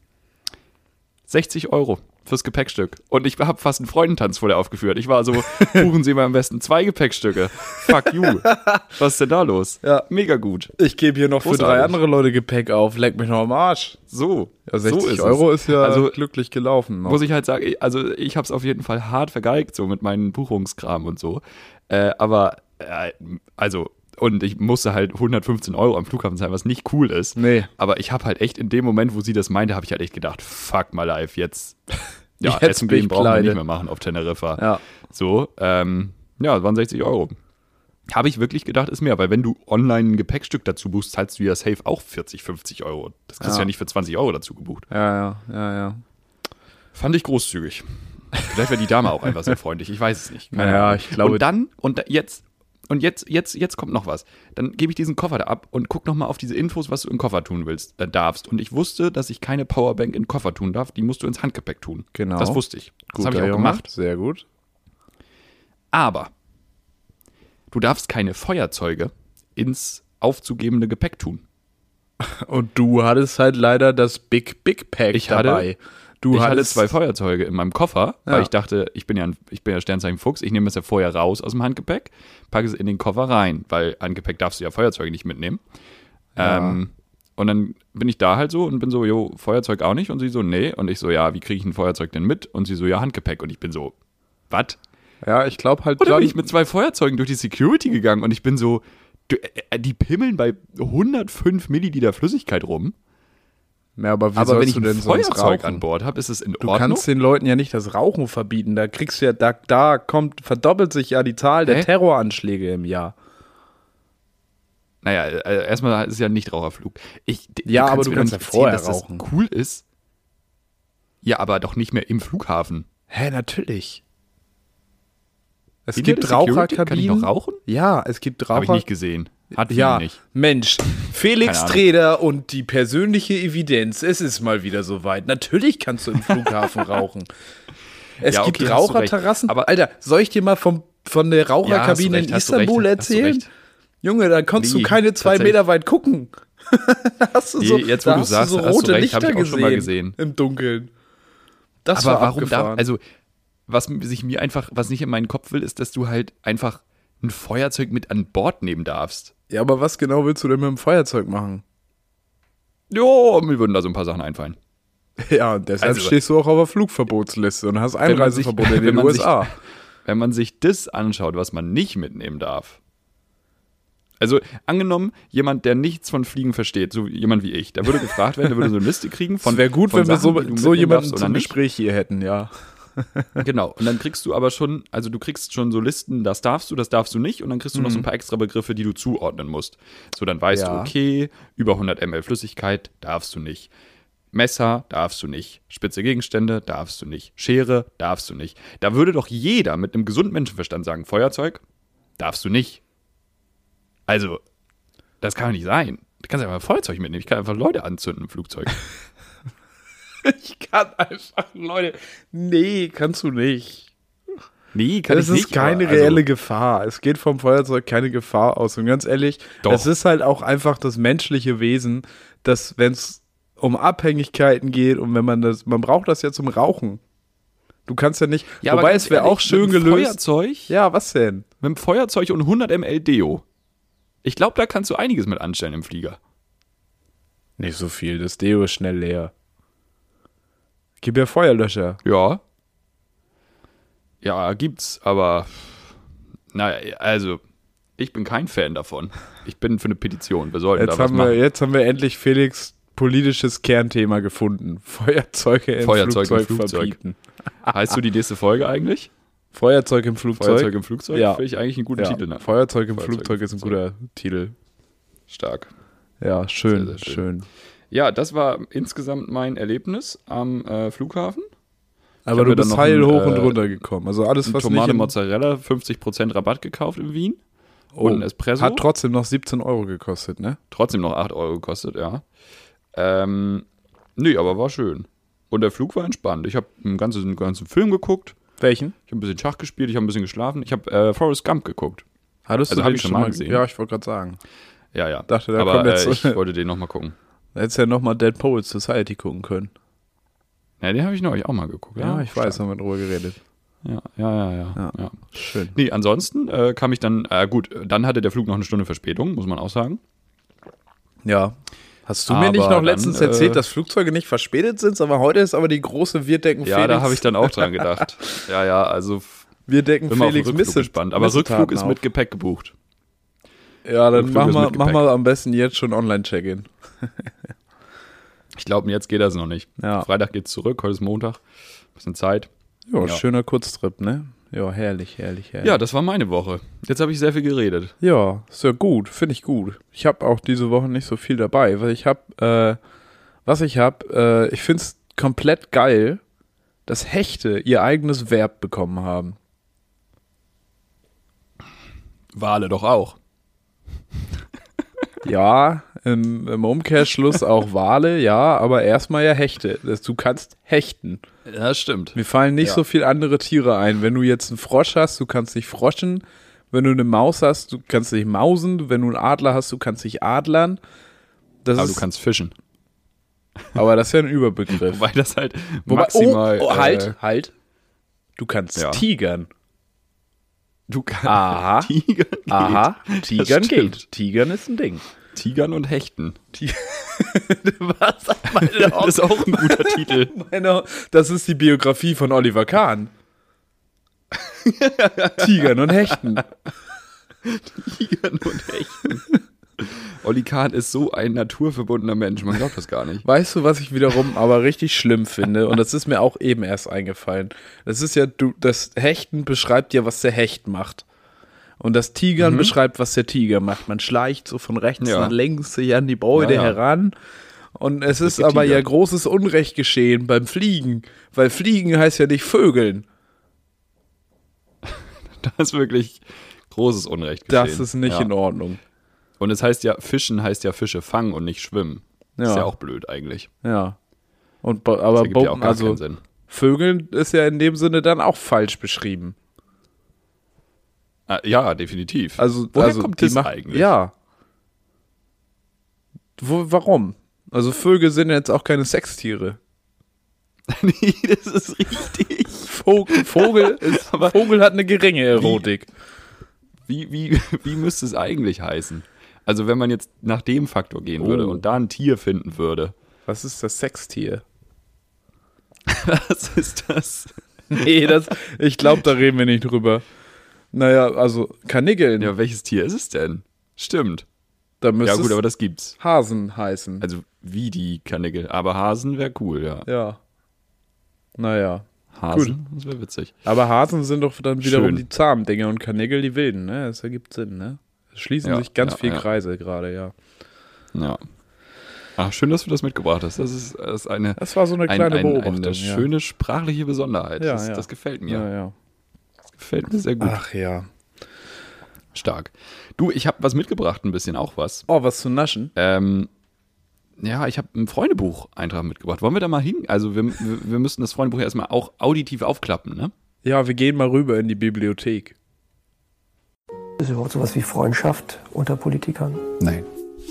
60 Euro fürs Gepäckstück. Und ich habe fast einen Freudentanz vor der aufgeführt. Ich war so, buchen Sie mal am besten 2 Gepäckstücke. Fuck you. Was ist denn da los?
Ja.
Mega gut.
Ich gebe hier noch für 3
Großartig.
andere Leute Gepäck auf. Leck mich noch am Arsch.
So.
Ja, 60
so ist
Euro
es.
ist ja
Also,
glücklich gelaufen. Noch.
muss ich halt sagen, also ich habe es auf jeden Fall hart vergeigt, so mit meinen Buchungskram und so. Und ich musste halt 115 Euro am Flughafen zahlen, was nicht cool ist.
Nee.
Aber ich habe halt echt in dem Moment, wo sie das meinte, habe ich halt echt gedacht, fuck my life, jetzt
Jetzt
Essen
bin
gehen
ich
brauchen wir
pleite.
nicht mehr machen auf Teneriffa.
Ja.
So, das waren 60 Euro. Habe ich wirklich gedacht, ist mehr, weil wenn du online ein Gepäckstück dazu buchst, zahlst du ja safe auch 40, 50 Euro. Das kriegst du
Ja.
ja nicht für 20 Euro dazu gebucht.
Ja.
Fand ich großzügig. Vielleicht wäre die Dame auch einfach sehr freundlich, ich weiß es nicht. Keine
Naja,
Ahnung.
ich glaube-
Jetzt kommt noch was. Dann gebe ich diesen Koffer da ab und guck nochmal auf diese Infos, was du in den Koffer tun darfst. Und ich wusste, dass ich keine Powerbank in den Koffer tun darf, die musst du ins Handgepäck tun.
Genau.
Das wusste ich. Das habe ich
Guter
auch
Junge.
gemacht.
Sehr gut.
Aber du darfst keine Feuerzeuge ins aufzugebende Gepäck tun.
Und du hattest halt leider das Big Pack
Ich hatte-
dabei.
Ich hatte 2 Feuerzeuge in meinem Koffer, weil
Ja.
ich dachte, ich bin ja Sternzeichen Fuchs, ich nehme es ja vorher raus aus dem Handgepäck, packe es in den Koffer rein, weil Handgepäck darfst du ja Feuerzeuge nicht mitnehmen.
Ja.
Und dann bin ich da halt so und bin so, jo, Feuerzeug auch nicht? Und sie so, nee. Und ich so, ja, wie kriege ich ein Feuerzeug denn mit? Und sie so, ja, Handgepäck. Und ich bin so, was?
Ja, ich glaube halt
Und dann
dann,
bin ich mit 2 Feuerzeugen durch die Security gegangen und ich bin so, die pimmeln bei 105 Milliliter Flüssigkeit rum.
ja, aber wie
Aber wenn
sollst
ich
du
ein
denn sonst
Feuerzeug
rauchen?
an Bord habe, ist es in
Du
Ordnung.
kannst den Leuten ja nicht das Rauchen verbieten. Da kriegst du ja, verdoppelt sich ja die Zahl der
Hä?
Terroranschläge im Jahr.
Naja, erstmal ist es ja ein Nichtraucherflug.
Ja, aber
kannst
du
mir
kannst
doch nicht
ja vorher
erzählen, dass
rauchen.
Das cool ist. Ja, aber doch nicht mehr im Flughafen.
Hä, natürlich. Es
Hinter
gibt
der Security?
Raucherkabinen.
Kann ich noch rauchen?
Ja, es gibt
Habe ich
Raucher.
nicht gesehen. Hat viele
Ja,
nicht.
Mensch, Felix
Keine Ahnung.
Treder und die persönliche Evidenz. Es ist mal wieder soweit. Natürlich kannst du im Flughafen rauchen. Es
Ja,
gibt
okay, hast du recht.
Raucherterrassen.
Aber-
Alter, soll ich dir mal von der
Ja, hast du
Raucherkabine
recht,
in
hast du recht,
Istanbul
hast du
erzählen?
recht.
Junge, da konntest du
Nee,
keine 2
tatsächlich.
Meter weit gucken. Da hast du so,
Jetzt, wo
da
du
hast
sagst,
du so
hast du
rote
recht, hab
Lichter
ich auch schon mal gesehen.
im Dunkeln. Das
Aber
war
warum
abgefahren.
was nicht in meinen Kopf will, ist, dass du halt einfach ein Feuerzeug mit an Bord nehmen darfst.
Ja, aber was genau willst du denn mit dem Feuerzeug machen?
Jo, mir würden da so ein paar Sachen einfallen.
Ja, und deshalb
Also-
stehst du auch auf der Flugverbotsliste und hast
Wenn man sich-
Einreiseverbot in
wenn
den
man sich-
USA.
Wenn man sich das anschaut, was man nicht mitnehmen darf. Also angenommen, jemand, der nichts von Fliegen versteht, so jemand wie ich, der würde gefragt werden, der würde so eine Liste kriegen von
Es wäre gut,
von
wenn wir
Sachen, die du
so
mitnehmen
jemanden
darfst oder
zum
nicht.
Gespräch hier hätten, ja.
Genau, und dann kriegst du aber schon, also du kriegst schon so Listen, das darfst du nicht, und dann kriegst du noch so ein paar extra Begriffe, die du zuordnen musst. So, dann weißt
Ja.
du, okay, über 100 ml Flüssigkeit darfst du nicht. Messer darfst du nicht. Spitze Gegenstände darfst du nicht. Schere darfst du nicht. Da würde doch jeder mit einem gesunden Menschenverstand sagen, Feuerzeug darfst du nicht. Also, das kann doch nicht sein. Du kannst einfach ein Feuerzeug mitnehmen. Ich kann einfach Leute anzünden im Flugzeug.
Ich kann einfach, Leute, nee, kannst du nicht.
Nee, kann
Es
ich nicht.
ist keine
aber, also,
reelle Gefahr. Es geht vom Feuerzeug keine Gefahr aus. Und ganz ehrlich,
Doch.
es ist halt auch einfach das menschliche Wesen, dass wenn es um Abhängigkeiten geht und wenn man braucht das ja zum Rauchen. Du kannst ja nicht,
Ja, aber
wobei
ganz
es wäre
ehrlich,
auch schön
mit dem
gelöst.
Feuerzeug,
Ja, was denn?
mit dem Feuerzeug und 100 ml Deo. Ich glaube, da kannst du einiges mit anstellen im Flieger.
Nicht so viel, das Deo ist schnell leer. Gib ja Feuerlöscher.
Ja. Ja, gibt's, aber naja, also ich bin kein Fan davon. Ich bin für eine Petition. Wir sollten da was machen.
Jetzt haben wir endlich Felix politisches Kernthema gefunden. Feuerzeuge im
Feuerzeug im
Flugzeug
Flugzeug.
verbieten.
Heißt du die nächste Folge eigentlich?
Feuerzeug im Flugzeug.
Feuerzeug im Flugzeug
Ja.
finde ich eigentlich einen guten
Ja.
Titel. Ne?
Feuerzeug im
Feuerzeug
Flugzeug
im
ist ein
Flugzeug.
guter Titel.
Stark.
Ja, schön,
Sehr, sehr schön.
schön.
Ja, das war insgesamt mein Erlebnis am Flughafen.
Aber
hab
du
mir dann
bist
noch
heil
ein,
hoch und runter gekommen. Also alles, was
Tomate
nicht
Mozzarella, 50% Rabatt gekauft in Wien.
Oh,
Und ein Espresso.
hat trotzdem noch 17 € gekostet, ne?
Trotzdem noch 8 € gekostet, ja. Nee, aber war schön. Und der Flug war entspannt. Ich habe einen ganzen Film geguckt.
Welchen?
Ich habe ein bisschen Schach gespielt, ich habe ein bisschen geschlafen. Ich habe Forrest Gump geguckt.
Hattest
Also
du
hab
den
ich schon mal gesehen.
Ja, ich wollte gerade sagen.
Ja.
Dachte, da
aber
kommt jetzt
ich wollte den nochmal gucken.
Da hättest du ja nochmal Dead Poets Society gucken können.
Ja, den habe ich neulich auch mal geguckt.
Ja, ich weiß, haben wir drüber geredet.
Ja.
Schön.
Nee, ansonsten kam ich dann, gut, dann hatte der Flug noch eine Stunde Verspätung, muss man auch sagen.
Ja. Hast du mir nicht
Aber
noch letztens
dann,
erzählt, dass Flugzeuge nicht verspätet sind, aber heute ist aber die große Wirdecken
Ja,
Felix.
da habe ich dann auch dran gedacht. Ja, also
Wirdecken
bin mal auf den
Felix
Rückflug
Misse.
gespannt. Aber Rückflug ist mit Gepäck gebucht.
Ja, dann
Rückflug ist mit
mach
Gepäck.
mal am besten jetzt schon Online-Check-In.
Ich glaube, jetzt geht das noch nicht.
Ja.
Freitag geht's zurück, heute ist Montag. Bisschen Zeit.
Ja,
Ja.
schöner Kurztrip, ne? Ja, herrlich.
Ja, das war meine Woche. Jetzt habe ich sehr viel geredet.
Ja, ist ja gut, finde ich gut. Ich habe auch diese Woche nicht so viel dabei, weil ich habe, ich finde es komplett geil, dass Hechte ihr eigenes Verb bekommen haben.
Wale doch auch.
Ja, im Umkehrschluss auch Wale, ja, aber erstmal ja Hechte. Du kannst hechten.
Ja, stimmt.
Mir fallen nicht
Ja.
so viele andere Tiere ein. Wenn du jetzt einen Frosch hast, du kannst dich froschen. Wenn du eine Maus hast, du kannst dich mausen. Wenn du einen Adler hast, du kannst dich adlern. Das
Aber
ist,
du kannst fischen.
aber das ist ja ein Überbegriff.
Wobei das halt
Wobei,
maximal...
halt. Du kannst
Ja.
tigern.
Du kannst
Aha.
Tigern geht.
Aha, Tigern
stimmt.
geht. Tigern ist ein Ding.
Tigern und Hechten.
Was?
Das ist auch ein guter Titel.
Das ist die Biografie von Oliver Kahn. Tigern und Hechten.
Tigern und Hechten. Olli Kahn ist so ein naturverbundener Mensch, man glaubt das gar nicht.
Weißt du, was ich wiederum aber richtig schlimm finde? Und das ist mir auch eben erst eingefallen. Das ist ja, das Hechten beschreibt ja, was der Hecht macht. Und das Tigern beschreibt, was der Tiger macht. Man schleicht so von rechts
Ja.
nach links sich an die Beute
Ja.
heran. Und es ist
der
aber
Tiger.
ja großes Unrecht geschehen beim Fliegen. Weil Fliegen heißt ja nicht Vögeln.
Das ist wirklich großes Unrecht geschehen.
Das ist nicht
ja.
in Ordnung.
Und es heißt ja, Fischen heißt ja Fische fangen und nicht schwimmen. Das ist
Ja.
ja auch blöd eigentlich.
Ja. Und
Das
aber
ergibt ja auch gar
also
keinen Sinn.
Vögeln ist ja in dem Sinne dann auch falsch beschrieben.
Ah, ja, definitiv.
Also,
Woher
also
kommt
die
das
macht,
eigentlich?
Ja. Warum? Also Vögel sind jetzt auch keine Sextiere.
Nee, das ist richtig.
Vogel hat eine geringe Erotik.
Wie müsste es eigentlich heißen? Also wenn man jetzt nach dem Faktor gehen würde
Oh.
und da ein Tier finden würde.
Was ist das Sextier?
Was ist das?
Nee, ich glaube, da reden wir nicht drüber. Naja, also Karnickeln,
Ja, welches Tier ist es denn? Stimmt.
da
Ja
müsste
gut, aber
es
das gibt's.
Hasen heißen.
Also wie die Karnickel. Aber Hasen wäre cool, ja.
Ja. Naja.
Hasen, das wäre witzig.
Aber Hasen sind doch dann wiederum
Schön.
die zahmen Dinger und Karnickel die wilden, ne? Das ergibt Sinn, ne? Es schließen
Ja,
sich ganz
ja,
viel
ja.
Kreise gerade, ja.
Ja. Ach, schön, dass du das mitgebracht hast. Das ist eine,
Das war so eine kleine Beobachtung.
eine
ja.
schöne sprachliche Besonderheit.
Ja,
das,
ja.
das gefällt mir.
Ja, ja.
Das gefällt mir sehr gut.
Ach ja.
Stark. Du, ich habe was mitgebracht, ein bisschen auch was.
Oh, was zu naschen?
Ja, ich habe ein Freundebuch-Eintrag mitgebracht. Wollen wir da mal hin? Also wir müssen das Freundebuch erstmal auch auditiv aufklappen, ne?
Ja, wir gehen mal rüber in die Bibliothek.
Ist es überhaupt sowas wie Freundschaft unter Politikern?
Nein.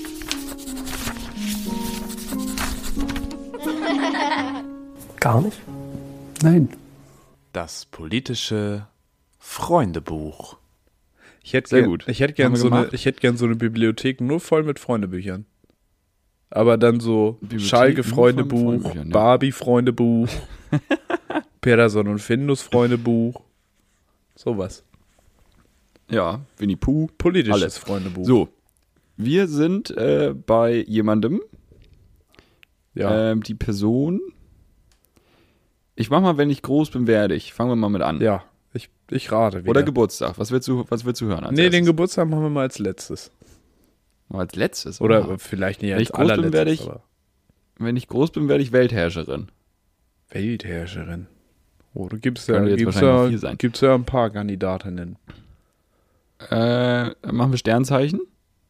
Gar nicht?
Nein.
Das politische Freundebuch. Ich hätte
Sehr
gern,
gut.
Ich hätte gern,
Haben wir gemacht.
ich hätte gern so eine Bibliothek nur voll mit Freundebüchern. Aber dann so
Bibliothek
Schalke
nur voll mit
Freundebuch,
Freundebüchern, ja.
Barbie Freundebuch, Peterson und Findus Freundebuch. Sowas.
Ja, Winnie Pooh.
Politisches
Alles.
Freundebuch.
So, wir sind bei jemandem,
Ja.
die Person. Ich mach mal, wenn ich groß bin, werde ich. Fangen wir mal mit an.
Ja. Ich rate wieder.
Oder Geburtstag. Was willst du hören? Als
Nee, den
erstes?
Geburtstag machen wir mal als letztes.
Mal als letztes.
Oder
Oha.
vielleicht nicht
Wenn
als
ich groß bin,
allerletztes.
werde ich-
aber
Wenn ich groß bin, werde ich Weltherrscherin.
Weltherrscherin. Oh, da gibt's
Könnte jetzt wahrscheinlich noch viel sein.
ja ein paar Kandidatinnen.
Machen wir Sternzeichen?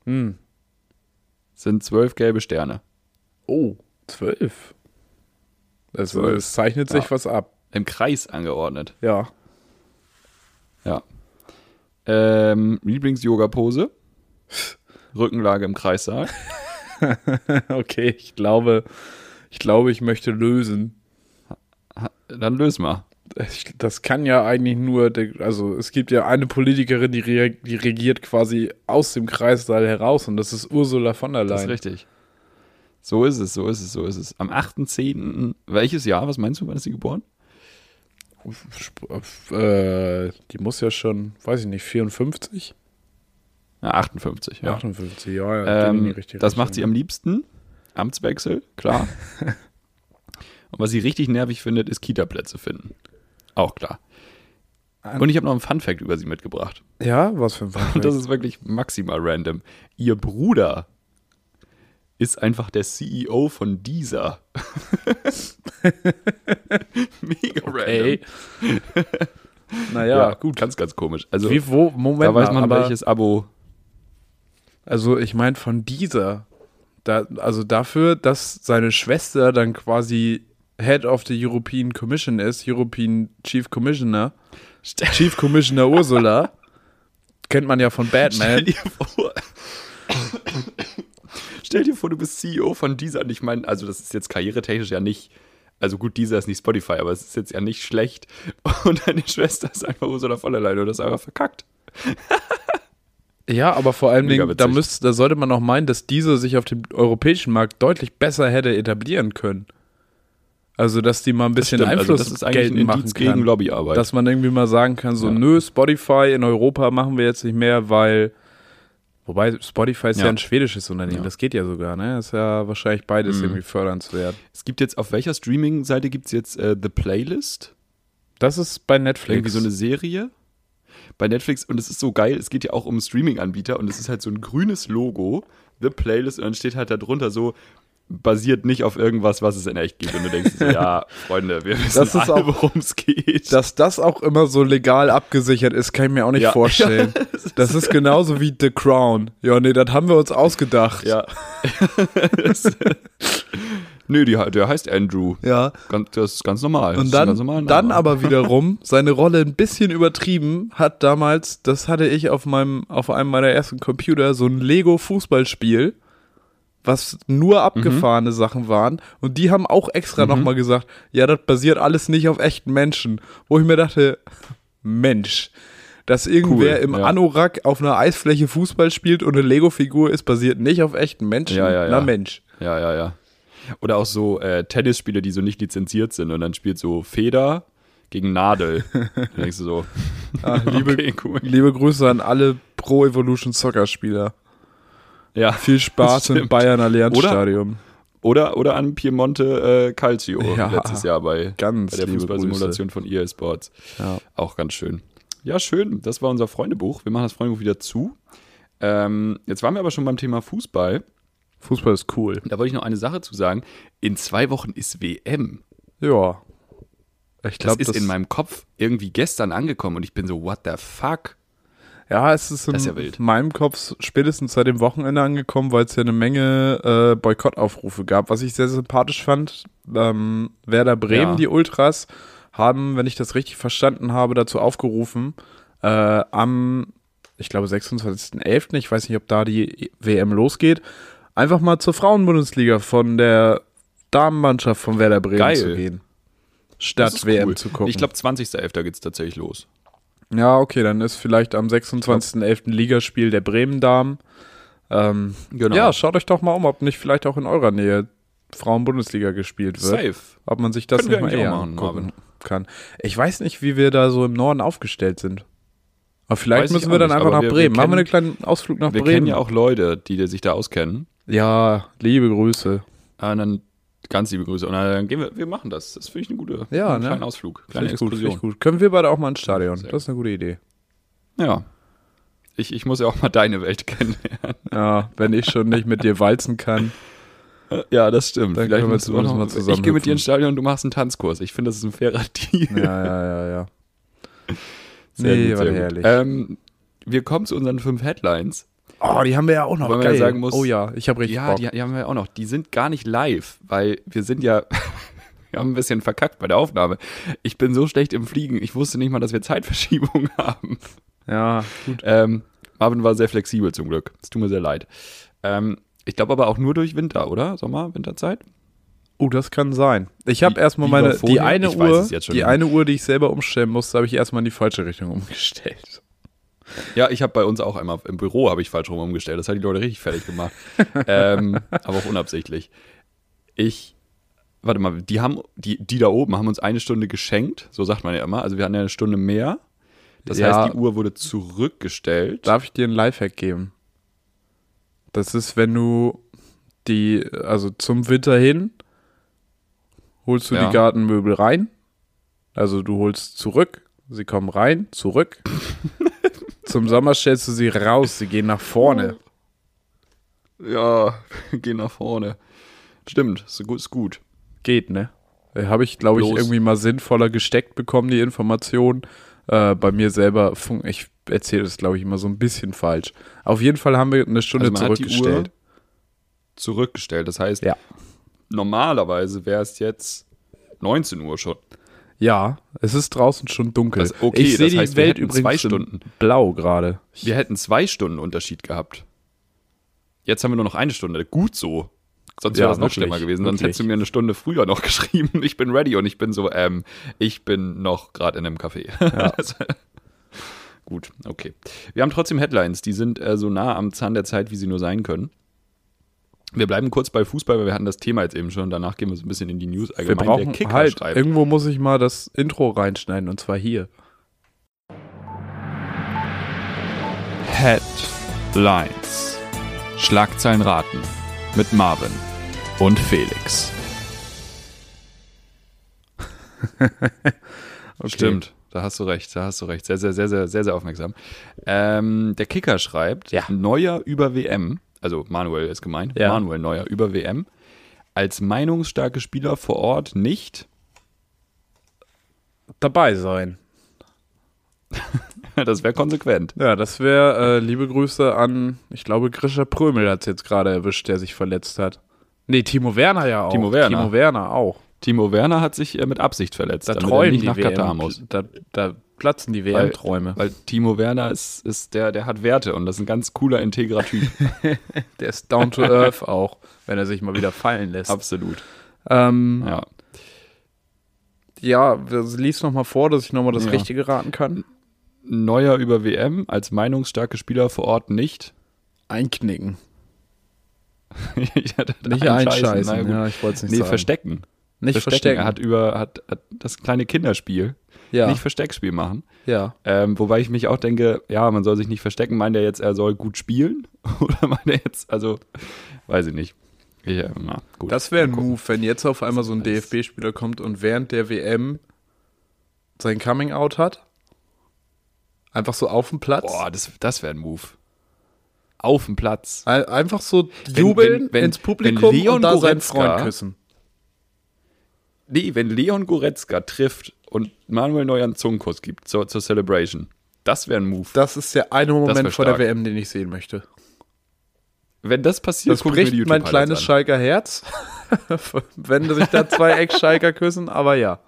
Sind 12 gelbe Sterne.
Oh, 12. Also
12.
es zeichnet sich
Ja.
was ab.
Im Kreis angeordnet.
Ja.
Ja. Lieblings-Yoga-Pose? Rückenlage im Kreissaal.
Okay, ich glaube, ich möchte lösen.
Dann löse mal.
Das kann ja eigentlich nur, also es gibt ja eine Politikerin, die regiert quasi aus dem Kreissaal heraus und das ist Ursula von der
Das ist
Leyen.
richtig. So ist es. Am 8.10. Welches Jahr? Was meinst du, wann ist sie geboren?
Die muss ja schon, weiß ich nicht, 54?
Ja, 58, ja.
58, ja, geht in die richtige
Das macht sie
Richtung.
am liebsten. Amtswechsel, klar. Und was sie richtig nervig findet, ist Kita-Plätze finden. Auch klar. Und ich habe noch einen Fun-Fact über sie mitgebracht.
Ja, was für ein
Und
Fun-Fact?
das ist wirklich maximal random. Ihr Bruder ist einfach der CEO von dieser. Mega
Ey.
random.
Naja, gut.
Ganz, ganz komisch. Also,
Moment
da weiß
mal,
man,
aber,
welches Abo.
also ich meine von dieser, also dafür, dass seine Schwester dann quasi Head of the European Commission ist, European Chief Commissioner Ursula, kennt man ja von Batman.
Stell dir vor, du bist CEO von dieser. Und ich meine, also das ist jetzt karrieretechnisch ja nicht, also gut, dieser ist nicht Spotify, aber es ist jetzt ja nicht schlecht. Und deine Schwester ist einfach Ursula von der Leyen und das ist einfach verkackt.
Ja, aber vor allem
Mega
Dingen,
witzig.
da sollte man auch meinen, dass diese sich auf dem europäischen Markt deutlich besser hätte etablieren können. Also, dass die mal ein bisschen
Stimmt,
Einfluss
das ist eigentlich
geltend
ein
machen
Indiz gegen
kann.
Lobbyarbeit.
Dass man irgendwie mal sagen kann, so,
Ja.
nö, Spotify in Europa machen wir jetzt nicht mehr, weil, wobei Spotify ist ja,
Ja.
ein schwedisches Unternehmen,
Ja.
das geht ja sogar, ne? Ist ja wahrscheinlich beides irgendwie fördernswert.
Es gibt jetzt, auf welcher Streaming-Seite gibt es jetzt The Playlist?
Das ist bei Netflix.
Irgendwie so eine Serie bei Netflix und es ist so geil, es geht ja auch um Streaming-Anbieter und es ist halt so ein grünes Logo, The Playlist und dann steht halt da drunter so, basiert nicht auf irgendwas, was es in echt gibt und du denkst so, ja, Freunde, wir wissen
Das ist
alle,
auch-
worum es geht.
Dass das auch immer so legal abgesichert ist, kann ich mir auch nicht
Ja.
vorstellen. Das ist genauso wie The Crown. Ja, nee, das haben wir uns ausgedacht.
Ja. Nö, der heißt Andrew.
Ja.
Das ist ganz normal.
Und
Das ist ein ganz normaler
dann
Name.
aber wiederum seine Rolle ein bisschen übertrieben, hat damals, das hatte ich auf einem meiner ersten Computer, so ein Lego-Fußballspiel, was nur abgefahrene Sachen waren. Und die haben auch extra nochmal gesagt, ja, das basiert alles nicht auf echten Menschen. Wo ich mir dachte, Mensch, dass irgendwer
Cool,
im
ja.
Anorak auf einer Eisfläche Fußball spielt und eine Lego-Figur ist, basiert nicht auf echten Menschen.
Ja, ja, ja.
Na Mensch.
Ja. Oder auch so Tennisspiele, die so nicht lizenziert sind und dann spielt so Feder gegen Nadel. Dann denkst du so, okay, cool.
Liebe Grüße an alle Pro Evolution Soccer Spieler.
Ja,
Viel Spaß im
stimmt.
Bayern Allianz Stadion.
Oder an Piemonte Calcio
Ja,
letztes Jahr bei der
liebe
Fußballsimulation von EA Sports.
Ja.
Auch ganz schön. Ja, schön. Das war unser Freundebuch. Wir machen das Freundebuch wieder zu. Jetzt waren wir aber schon beim Thema Fußball.
Fußball ist cool.
Da wollte ich noch eine Sache zu sagen. In 2 Wochen ist WM.
Ja. Ich
Das
glaube,
ist in meinem Kopf irgendwie gestern angekommen und ich bin so, what the fuck?
ja, es ist in
Das ist ja wild.
meinem Kopf spätestens seit dem Wochenende angekommen, weil es ja eine Menge Boykottaufrufe gab, was ich sehr sympathisch fand. Werder Bremen,
Ja.
die Ultras, haben, wenn ich das richtig verstanden habe, dazu aufgerufen, am, ich glaube, 26.11., ich weiß nicht, ob da die WM losgeht, einfach mal zur Frauenbundesliga von der Damenmannschaft von Werder Bremen
Geil.
zu gehen.
Das
Statt
ist
WM
cool.
zu gucken.
Ich glaube, 20.11. geht es tatsächlich los.
Ja, okay, dann ist vielleicht am 26.11. Ligaspiel der Bremen-Damen.
Genau.
Ja, schaut euch doch mal um, ob nicht vielleicht auch in eurer Nähe Frauen-Bundesliga gespielt wird.
Safe.
Ob man sich das
Können wir
nicht mal
eigentlich
eher
auch machen,
angucken
Marvin.
kann. Ich weiß nicht, wie wir da so im Norden aufgestellt sind. Aber vielleicht
Weiß ich
müssen
auch
wir dann
nicht,
einfach
aber
nach
wir
Bremen. Machen wir
kennen-
einen kleinen Ausflug nach
Wir
Bremen.
kennen ja auch Leute, die sich da auskennen.
Ja, liebe Grüße.
Und dann Ganz liebe Grüße. Und dann gehen wir machen das. Das finde ich eine gute,
Ja,
einen
ne?
kleinen Ausflug, kleine
Finde ich
Exkursion.
gut, gut. Können wir beide auch mal ins Stadion?
Sehr
Das ist eine gute Idee.
Ja. Ich muss ja auch mal deine Welt kennenlernen.
Ja, wenn ich schon nicht mit dir walzen kann.
Ja, das stimmt.
Dann
Vielleicht
können wir
musst du auch
zumindest
noch,
mal zusammen
ich gehe mit dir
hüpfen.
ins Stadion und du machst einen Tanzkurs. Ich finde, das ist ein fairer Deal.
Ja.
Sehr
Nee,
gut,
war
sehr
herrlich.
Gut. Wir kommen zu unseren 5 Headlines.
Oh, die haben wir ja auch noch.
Weil man
Geil.
ja sagen muss,
oh ja, ich habe richtig
Ja,
Bock.
die haben wir auch noch. Die sind gar nicht live, weil wir sind ja, wir haben ein bisschen verkackt bei der Aufnahme. Ich bin so schlecht im Fliegen, ich wusste nicht mal, dass wir Zeitverschiebung haben.
Ja, gut.
Marvin war sehr flexibel zum Glück. Es tut mir sehr leid. Ich glaube aber auch nur durch Winter, oder? Sommer, Winterzeit?
Oh, das kann sein. Ich habe erstmal
die war
die
vorher?
eine
Ich weiß
Uhr,
es jetzt schon
die
nicht.
eine Uhr, die ich selber umstellen musste, habe ich erstmal in die falsche Richtung umgestellt.
Ja, ich habe bei uns auch einmal im Büro habe ich falsch rum umgestellt. Das hat die Leute richtig fertig gemacht. Aber auch unabsichtlich. Warte mal, die da oben haben uns 1 Stunde geschenkt, so sagt man ja immer. Also wir hatten ja 1 Stunde mehr. Das
Ja.
heißt, die Uhr wurde zurückgestellt.
Darf ich dir einen Lifehack geben? Das ist, wenn du also zum Winter hin, holst du
Ja.
die Gartenmöbel rein. Also du holst zurück, sie kommen rein, zurück. Zum Sommer stellst du sie raus, sie gehen nach vorne.
Ja, geh nach vorne. Stimmt, ist gut.
Geht, ne? Habe ich, glaube ich,
Bloß-
irgendwie mal sinnvoller gesteckt bekommen, die Information. Bei mir selber, ich erzähle das, glaube ich, immer so ein bisschen falsch. Auf jeden Fall haben wir eine Stunde
Also man hat die
zurückgestellt.
Uhr zurückgestellt. Das heißt,
Ja.
normalerweise wäre es jetzt 19 Uhr schon.
Ja, es ist draußen schon dunkel.
Das- okay,
ich sehe
das
die
heißt, wir
Welt
hätten
übrigens
2
schon
Stunden.
blau gerade.
Wir hätten 2 Stunden Unterschied gehabt. Jetzt haben wir nur noch 1 Stunde. Gut so. Sonst
Ja,
wäre das noch
wirklich,
schlimmer gewesen. Sonst
wirklich.
hättest du mir 1 Stunde früher noch geschrieben. Ich bin ready und ich bin so, ich bin noch gerade in einem Café. Also, gut, okay. Wir haben trotzdem Headlines. Die sind so nah am Zahn der Zeit, wie sie nur sein können. Wir bleiben kurz bei Fußball, weil wir hatten das Thema jetzt eben schon. Danach gehen wir so ein bisschen in die News
Wir
allgemein.
brauchen
Der Kicker
halt,
schreibt.
irgendwo muss ich mal das Intro reinschneiden und zwar hier.
Headlines. Schlagzeilen raten mit Marvin und Felix.
Okay.
Stimmt, da hast du recht. Sehr, sehr aufmerksam. Der Kicker schreibt,
Ja.
Neuer über WM, also Manuel ist gemeint,
Ja.
Manuel Neuer über WM, als meinungsstarke Spieler vor Ort nicht,
Dabei sein.
das wäre konsequent.
Ja, das wäre, liebe Grüße an, ich glaube, Grisha Prömel hat es jetzt gerade erwischt, der sich verletzt hat. Nee, Timo Werner ja auch.
Timo Werner.
Timo Werner auch.
Timo Werner hat sich mit Absicht verletzt,
Da
damit er
träumen
nicht
die
nach Katar
WM,
muss.
da platzen die WM-Träume.
Weil Timo Werner ist der hat Werte und das ist ein ganz cooler, integrer Typ.
Der ist down to earth auch, wenn er sich mal wieder fallen lässt.
Absolut.
Ja,
Ja.
lies noch mal vor, dass ich noch mal das
Ja.
Richtige raten kann.
Neuer über WM, als meinungsstarke Spieler vor Ort nicht.
Einknicken.
Ich hatte
Nicht
na
einscheißen.
gut.
Ja, ich wollte es nicht
Nee,
sagen.
verstecken.
Nicht verstecken.
Er hat das kleine Kinderspiel,
ja.
nicht Versteckspiel machen.
ja.
Wobei ich mich auch denke, ja, man soll sich nicht verstecken. Meint er jetzt, er soll gut spielen? Oder meint er jetzt, also, weiß ich nicht. Na, gut.
Das wäre ein
Mal gucken.
Move, wenn jetzt auf einmal so ein DFB-Spieler kommt und während der WM sein Coming-out hat. Einfach so auf dem Platz.
Boah, das wäre ein Move. Auf dem Platz.
Einfach so jubeln
wenn
ins Publikum
Leon
und da seinen
Goretzka-
Freund küssen.
Nee, wenn Leon Goretzka trifft und Manuel Neuer einen Zungenkuss gibt zur Celebration, das wäre ein Move.
Das ist der eine
wär
Moment vor der
stark.
WM, den ich sehen möchte.
Wenn das passiert,
Das
guck ich mir die
bricht mein
YouTube-Highlights
kleines
an.
Schalker Herz, wenn sich da 2 Ex-Schalker küssen, aber ja.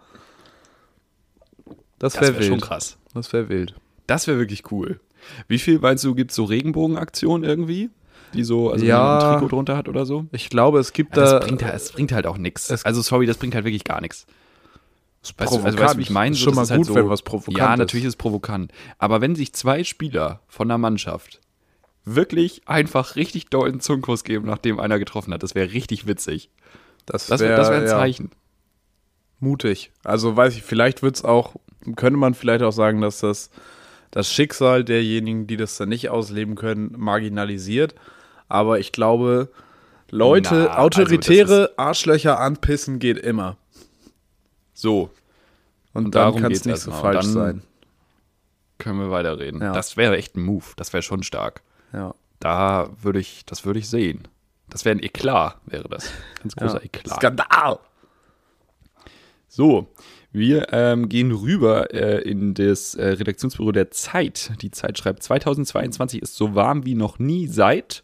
Das
Das
wäre
wäre schon
wild.
krass.
Das wäre wild.
Das wäre wirklich cool. Wie viel, meinst du, gibt es so Regenbogenaktionen irgendwie? Die so, also
Ja.
wenn man ein Trikot drunter hat oder so?
Ich glaube, es gibt
Das
da
bringt halt auch nichts.
es-
Also sorry, das bringt halt wirklich gar nichts. Weißt du,
provokant.
wie ich meine?
Ist
So,
schon
das
mal
ist halt
gut,
so,
wenn was provokant
Ja,
ist.
natürlich ist es provokant. Aber wenn sich 2 Spieler von der Mannschaft wirklich einfach richtig doll einen Zungenkuss geben, nachdem einer getroffen hat, das wäre richtig witzig. Das wäre ein
ja,
Zeichen.
mutig. Also weiß ich, vielleicht wird's auch, könnte man vielleicht auch sagen, dass das Schicksal derjenigen, die das dann nicht ausleben können, marginalisiert. Aber ich glaube, Leute,
Na,
autoritäre Arschlöcher anpissen geht immer.
So,
Und
darum
dann kann
geht's
es nicht so
erstmal.
falsch
Dann
sein.
können wir weiterreden.
Ja.
Das wäre echt ein Move. Das wäre schon stark.
Ja.
Das würde ich sehen. Das wäre ein Eklat, wäre das. Ganz großer Eklat.
Skandal!
So, wir gehen rüber in das Redaktionsbüro der Zeit. Die Zeit schreibt, 2022 ist so warm wie noch nie seit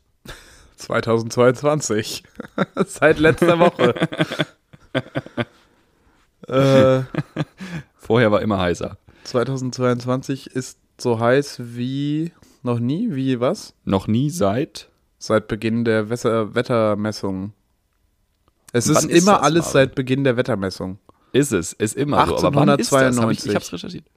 2022. Seit letzter Woche.
vorher war immer heißer.
2022 ist so heiß wie noch nie. Wie was?
Noch nie seit
Seit Beginn der Wettermessung. Es
Wann
ist
ist
immer
das,
alles
Marvin?
seit Beginn der Wettermessung.
ist immer so. Aber wann ist das?
1892.
Ich hab's recherchiert.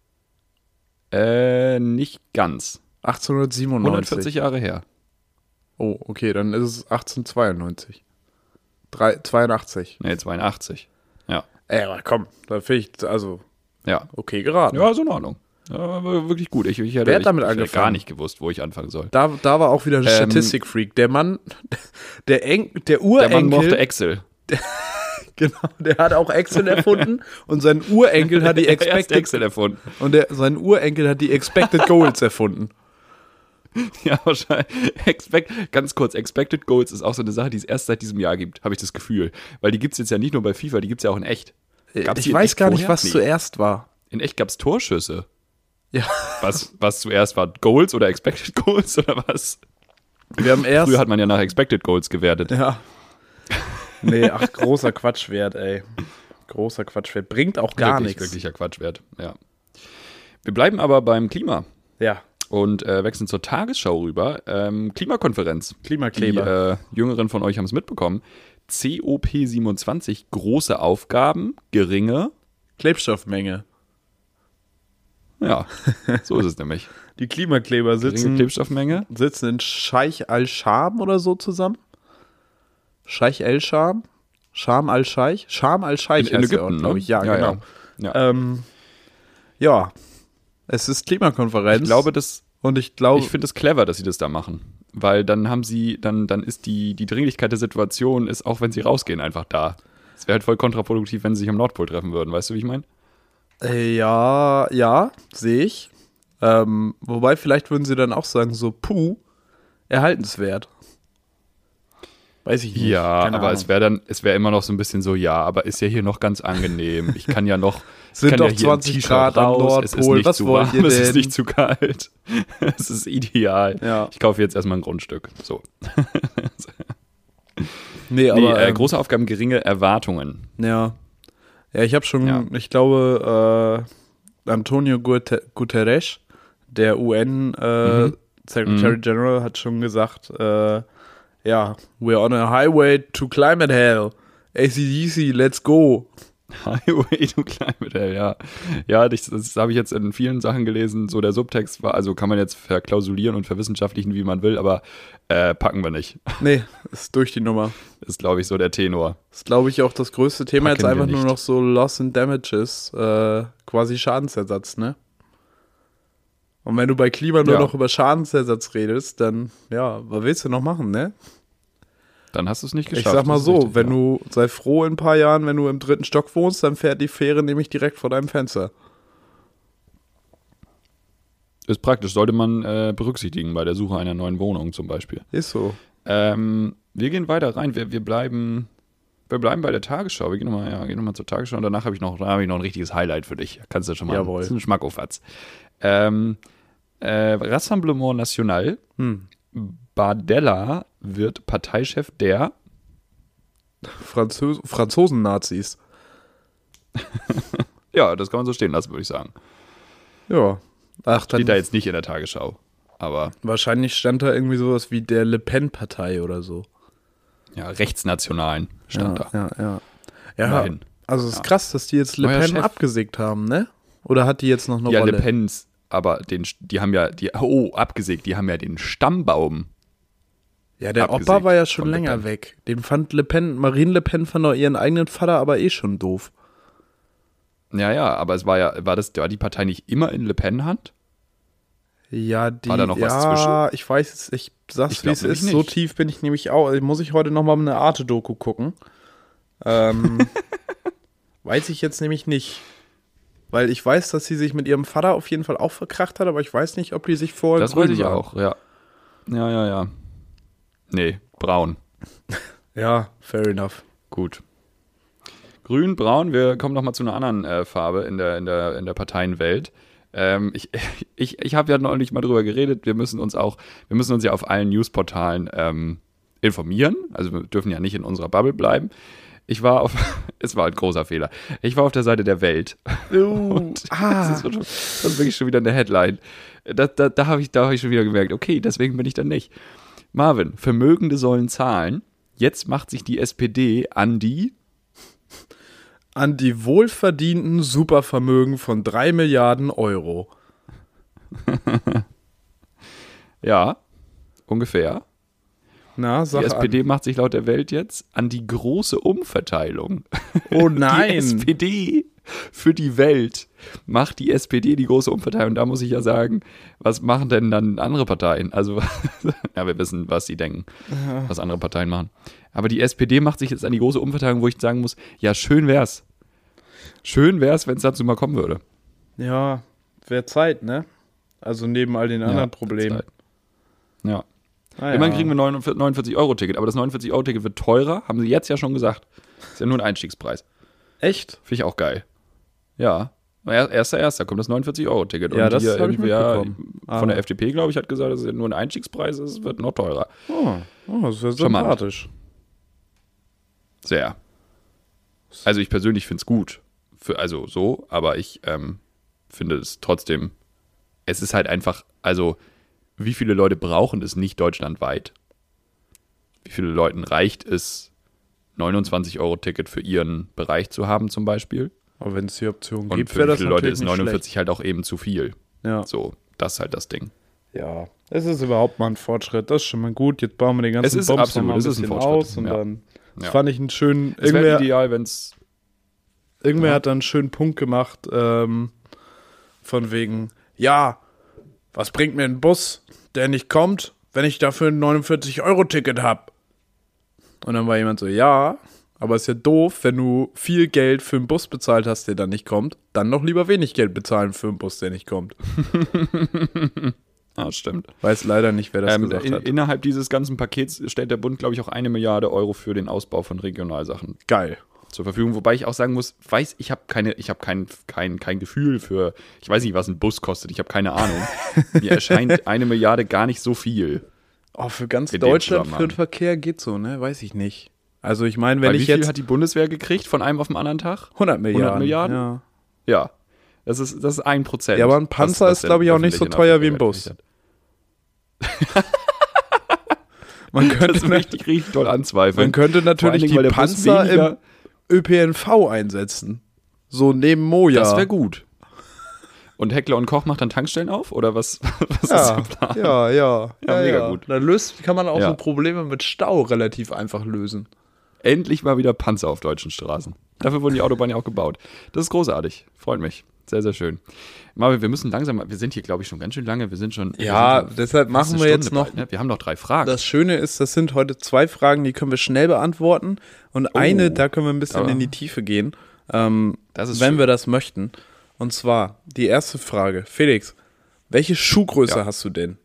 Nicht ganz.
1897.
140 Jahre her.
Oh, okay, dann ist es 1892. 82.
Nee, 82. Ja.
Ey, aber komm, da finde ich, also,
Ja.
okay geraten.
Ja, ist in Ordnung. Ja, war wirklich gut. Ich hätte,
Wer hat damit
ich hätte
angefangen?
gar nicht gewusst, wo ich anfangen soll.
Da war auch wieder ein Statistikfreak. Der Mann, der
Der
Urenkel,
Mann mochte Excel.
genau, der hat auch Excel erfunden und sein Urenkel hat die
Erst
Expected
Excel erfunden.
und sein Urenkel hat die Expected Goals erfunden.
Ja, wahrscheinlich. Ganz kurz, Expected Goals ist auch so eine Sache, die es erst seit diesem Jahr gibt, habe ich das Gefühl. Weil die gibt es jetzt ja nicht nur bei FIFA, die gibt es ja auch in echt. Gab's die
Ich
in
weiß
echt
gar nicht,
vorher?
was
Nee.
zuerst war.
In echt gab es Torschüsse.
Ja,
Was zuerst war? Goals oder Expected Goals oder was?
wir haben erst.
Früher hat man ja nach Expected Goals gewertet.
Ja. Nee, ach, großer Quatschwert, ey. Großer Quatschwert. Bringt auch gar
Wirklich,
nichts.
wirklicher Quatschwert, ja. Wir bleiben aber beim Klima
Ja,
und wechseln zur Tagesschau rüber. Klimakonferenz.
Klimakleber.
Die Jüngeren von euch haben es mitbekommen. COP27, große Aufgaben, geringe.
Klebstoffmenge.
Ja, so ist es nämlich.
Die Klimakleber
Geringe
sitzen
Klebstoffmenge.
in Scheich al-Scham oder so zusammen. Scheich el-Scham? Scham al-Scheich? Scham al-Scheich
In
heißt der
Ägypten,
Ort, glaube
ne?
ich. Ja, genau.
Ja.
Ja, es ist Klimakonferenz.
Ich glaube,
und ich glaube,
ich finde es clever, dass sie das da machen. Weil dann haben sie, dann ist die Dringlichkeit der Situation ist, auch wenn sie rausgehen, einfach da. Es wäre halt voll kontraproduktiv, wenn sie sich am Nordpol treffen würden. Weißt du, wie ich meine?
ja, sehe ich. Wobei, vielleicht würden sie dann auch sagen, so, erhaltenswert. Weiß ich nicht.
Ja,
Keine
aber
Ahnung.
es wäre immer noch so ein bisschen so, ja, aber ist ja hier noch ganz angenehm. Ich kann ja noch,
Sind
kann
doch
ja hier
20
im T-Shirt
Grad am
raus. Es ist
Nordpol.
nicht
Was
zu
wollt
warm,
ihr
es ist
denn?
nicht zu kalt. Es ist ideal.
Ja.
Ich kaufe jetzt erstmal ein Grundstück. So.
Nee, aber
große Aufgaben, geringe Erwartungen.
ja. Ja, ich habe schon,
Ja.
ich glaube, Antonio Guterres, der UN Secretary General, hat schon gesagt, ja, we're on a highway to climate hell. AC/DC, let's go.
Highway to Climate Hell, ja. Ja, das habe ich jetzt in vielen Sachen gelesen. So der Subtext war, also kann man jetzt verklausulieren und verwissenschaftlichen, wie man will, aber packen wir nicht.
Nee, ist durch die Nummer.
Ist, glaube ich, so der Tenor.
Ist, glaube ich, auch das größte Thema
Packen
jetzt einfach
wir
nur
nicht.
noch so Loss and Damages, quasi Schadensersatz, ne? Und wenn du bei Klima nur
Ja.
noch über Schadensersatz redest, dann, ja, was willst du noch machen, ne?
Dann hast du es nicht
Ich
geschafft.
sag mal
das ist
so,
richtig,
wenn
ja.
du, sei froh in ein paar Jahren, wenn du im 3. Stock wohnst, dann fährt die Fähre nämlich direkt vor deinem Fenster.
Ist praktisch, sollte man berücksichtigen bei der Suche einer neuen Wohnung zum Beispiel.
Ist so.
Wir gehen weiter rein. Wir bleiben bei der Tagesschau. Wir gehen nochmal zur Tagesschau und danach habe ich noch ein richtiges Highlight für dich. Kannst du schon mal.
Jawohl.
Das ist ein Schmackofatz. Rassemblement National. Bardella wird Parteichef der.
Franzosen-Nazis.
Ja, das kann man so stehen lassen, würde ich sagen.
Ja. Ach, dann
Steht da jetzt nicht in der Tagesschau. Aber
wahrscheinlich stand da irgendwie sowas wie der Le Pen-Partei oder so.
ja, Rechtsnationalen stand da.
Ja.
Immerhin.
Also es ist
Ja.
krass, dass die jetzt Le
Neuer
Pen
Chef.
abgesägt haben, ne? Oder hat die jetzt noch eine
Ja,
Rolle?
Le Pens, aber die haben ja, abgesägt, die haben ja den Stammbaum.
Ja, der
abgesägt
Opa war ja schon
von Le
länger
Pen.
weg. Den fand Marine Le Pen fand doch ihren eigenen Vater aber eh schon doof.
Ja, aber es war die Partei nicht immer in Le Pen Hand?
Ja,
War da noch was zwischen?
Ich weiß es, ich sag's,
Ich
wie es
glaub
ist.
nämlich
So
nicht.
tief bin ich nämlich auch. Muss ich heute nochmal eine Arte-Doku gucken. Weiß ich jetzt nämlich nicht. Weil ich weiß, dass sie sich mit ihrem Vater auf jeden Fall auch verkracht hat, aber ich weiß nicht, ob die sich vorher
Das weiß
grün
ich
waren.
auch, ja. Ja. Nee, braun.
Ja, fair enough.
Gut. Grün, braun, wir kommen noch mal zu einer anderen Farbe in der Parteienwelt. Ich habe ja neulich mal drüber geredet, wir müssen uns ja auf allen Newsportalen informieren. Also wir dürfen ja nicht in unserer Bubble bleiben. Es war ein großer Fehler. Ich war auf der Seite der Welt. Das ist wirklich schon wieder eine Headline. Da habe ich schon wieder gemerkt, okay, deswegen bin ich dann nicht. Marvin, Vermögende sollen zahlen. Jetzt macht sich die SPD an die
wohlverdienten Supervermögen von 3 Milliarden Euro.
Ja, ungefähr.
Na,
Die
sag
SPD
an.
macht sich laut der Welt jetzt an die große Umverteilung.
Oh
Die
nein.
SPD für die Welt macht die SPD die große Umverteilung. Da muss ich ja sagen, was machen denn dann andere Parteien? Also, ja, wir wissen, was sie denken, was andere Parteien machen. Aber die SPD macht sich jetzt an die große Umverteilung, wo ich sagen muss, ja, schön wär's. Schön wär's, wenn es dazu mal kommen würde.
Ja, wäre Zeit, ne? Also neben all den anderen Problemen.
Zeit. Ja.
Ah,
Immerhin kriegen wir 49-Euro-Ticket, aber das 49-Euro-Ticket wird teurer, haben sie jetzt ja schon gesagt. Ist ja nur ein Einstiegspreis.
Echt?
Finde ich auch geil. Ja. 1.1. kommt das 49-Euro-Ticket.
Ja,
und
das
hier
habe ich
irgendwer
mitbekommen.
von der FDP, glaube ich, hat gesagt, das ist ja nur ein Einstiegspreis, es wird noch teurer.
Oh, das ist ja
Charmant.
sympathisch.
Sehr. Also ich persönlich finde es gut. Aber ich finde es trotzdem, es ist halt einfach, also wie viele Leute brauchen es nicht deutschlandweit? Wie viele Leuten reicht es, 29-Euro-Ticket für ihren Bereich zu haben zum Beispiel?
Aber wenn es die Option
Und
gibt,
für
wäre
wie
das
viele Leute
natürlich
ist
nicht
49 halt auch eben zu viel.
schlecht. Ja.
So, das ist halt das Ding.
Ja, es ist überhaupt mal ein Fortschritt. Das ist schon mal gut. Jetzt bauen wir den ganzen
Es ist
Bums
absolut,
noch mal
es ist ein
bisschen
Fortschritt,
aus und
ja.
dann das
Ja.
fand ich einen schönen.
Es wäre
Irgendwer
ideal, wenn es
hat dann einen schönen Punkt gemacht, von wegen, ja, was bringt mir ein Bus, der nicht kommt, wenn ich dafür ein 49-Euro-Ticket habe? Und dann war jemand so, ja, aber ist ja doof, wenn du viel Geld für einen Bus bezahlt hast, der dann nicht kommt, dann noch lieber wenig Geld bezahlen für einen Bus, der nicht kommt.
stimmt.
Weiß leider nicht, wer das gesagt hat.
Innerhalb dieses ganzen Pakets stellt der Bund, glaube ich, auch 1 Milliarde Euro für den Ausbau von Regionalsachen
Geil.
zur Verfügung. Wobei ich auch sagen muss, ich habe kein Gefühl für, ich weiß nicht, was ein Bus kostet, ich habe keine Ahnung. Mir erscheint 1 Milliarde gar nicht so viel.
Oh, für ganz
In dem
Deutschland
Zusammenhang.
für den Verkehr geht so, ne? Weiß ich nicht. Also ich meine, wenn
Weil
ich
wie viel
jetzt
hat die Bundeswehr gekriegt von einem auf den anderen Tag?
100 Milliarden.
100 Milliarden?
Ja.
Ja. Das ist 1%.
Ja, aber ein Panzer ist, glaube ich, auch nicht so teuer wie ein Bus. Man
Das
könnte,
ist richtig doll anzweifeln.
man könnte natürlich
Vor allen Dingen, weil
die
der Bus
Panzer im
weniger-
ÖPNV einsetzen. So neben Moja.
Das wäre gut. Und Heckler und Koch macht dann Tankstellen auf? Oder was ist
Ja,
der Plan?
ja,
mega gut.
Dann kann man auch
Ja.
so Probleme mit Stau relativ einfach lösen.
Endlich mal wieder Panzer auf deutschen Straßen. Dafür wurden die Autobahnen ja auch gebaut. Das ist großartig. Freut mich. Sehr, sehr schön. Marvin, wir müssen langsam, wir sind hier, glaube ich, schon ganz schön lange.
Ja, deshalb machen
fast
wir
eine
jetzt
Stunde
noch.
bald, ne? Wir haben noch 3 Fragen.
Das Schöne ist, das sind heute 2 Fragen, die können wir schnell beantworten. Und eine, da können wir ein bisschen
Aber-
in die Tiefe gehen,
Das ist
wenn
schön.
wir das möchten. Und zwar, die erste Frage. Felix, welche Schuhgröße
Ja.
hast du denn?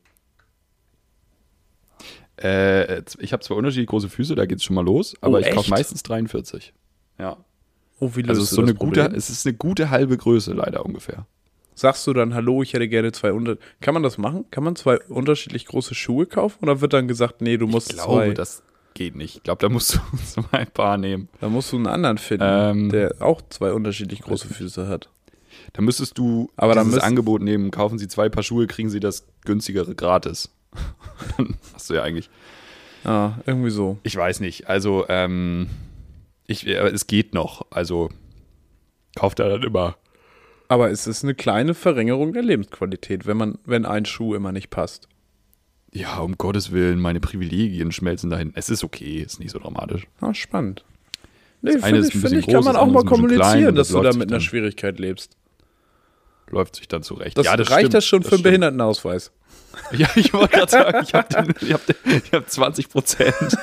Ich habe zwar unterschiedlich große Füße, da geht es schon mal los, aber ich
echt?
kaufe meistens 43. Ja.
Oh, wie löst
Also es ist
du
so
das
eine
Problem?
es ist eine gute halbe Größe leider ungefähr.
Sagst du dann, hallo, ich hätte gerne 2 Kann man das machen? Kann man 2 unterschiedlich große Schuhe kaufen? Oder wird dann gesagt, nee, du musst
Ich glaube,
2?
das geht nicht. Ich glaube, da musst du 2 Paar nehmen.
Da musst du einen anderen finden, der auch 2 unterschiedlich große Füße hat.
Da müsstest du
Aber dann
dieses
müsst-
Angebot nehmen, kaufen Sie 2 Paar Schuhe, kriegen Sie das günstigere gratis. Dann hast du ja eigentlich.
Ah, irgendwie so.
Ich weiß nicht. Also, aber es geht noch. Also, kauft er dann immer.
Aber es ist eine kleine Verringerung der Lebensqualität, wenn ein Schuh immer nicht passt.
Ja, um Gottes Willen, meine Privilegien schmelzen dahin. Es ist okay, ist nicht so dramatisch.
Ah, spannend. Nee,
Das eine
finde
ist
ich,
ein
find
bisschen
ich, kann
groß,
man
das
auch
andere
mal
ist ein bisschen klein
kommunizieren,
und
dass
das
du da
läuft
mit
sich
einer
dann.
Schwierigkeit lebst.
läuft sich dann zurecht.
Das reicht
stimmt,
das schon für einen
stimmt.
Behindertenausweis?
Ja, ich wollte gerade sagen, ich hab 20%.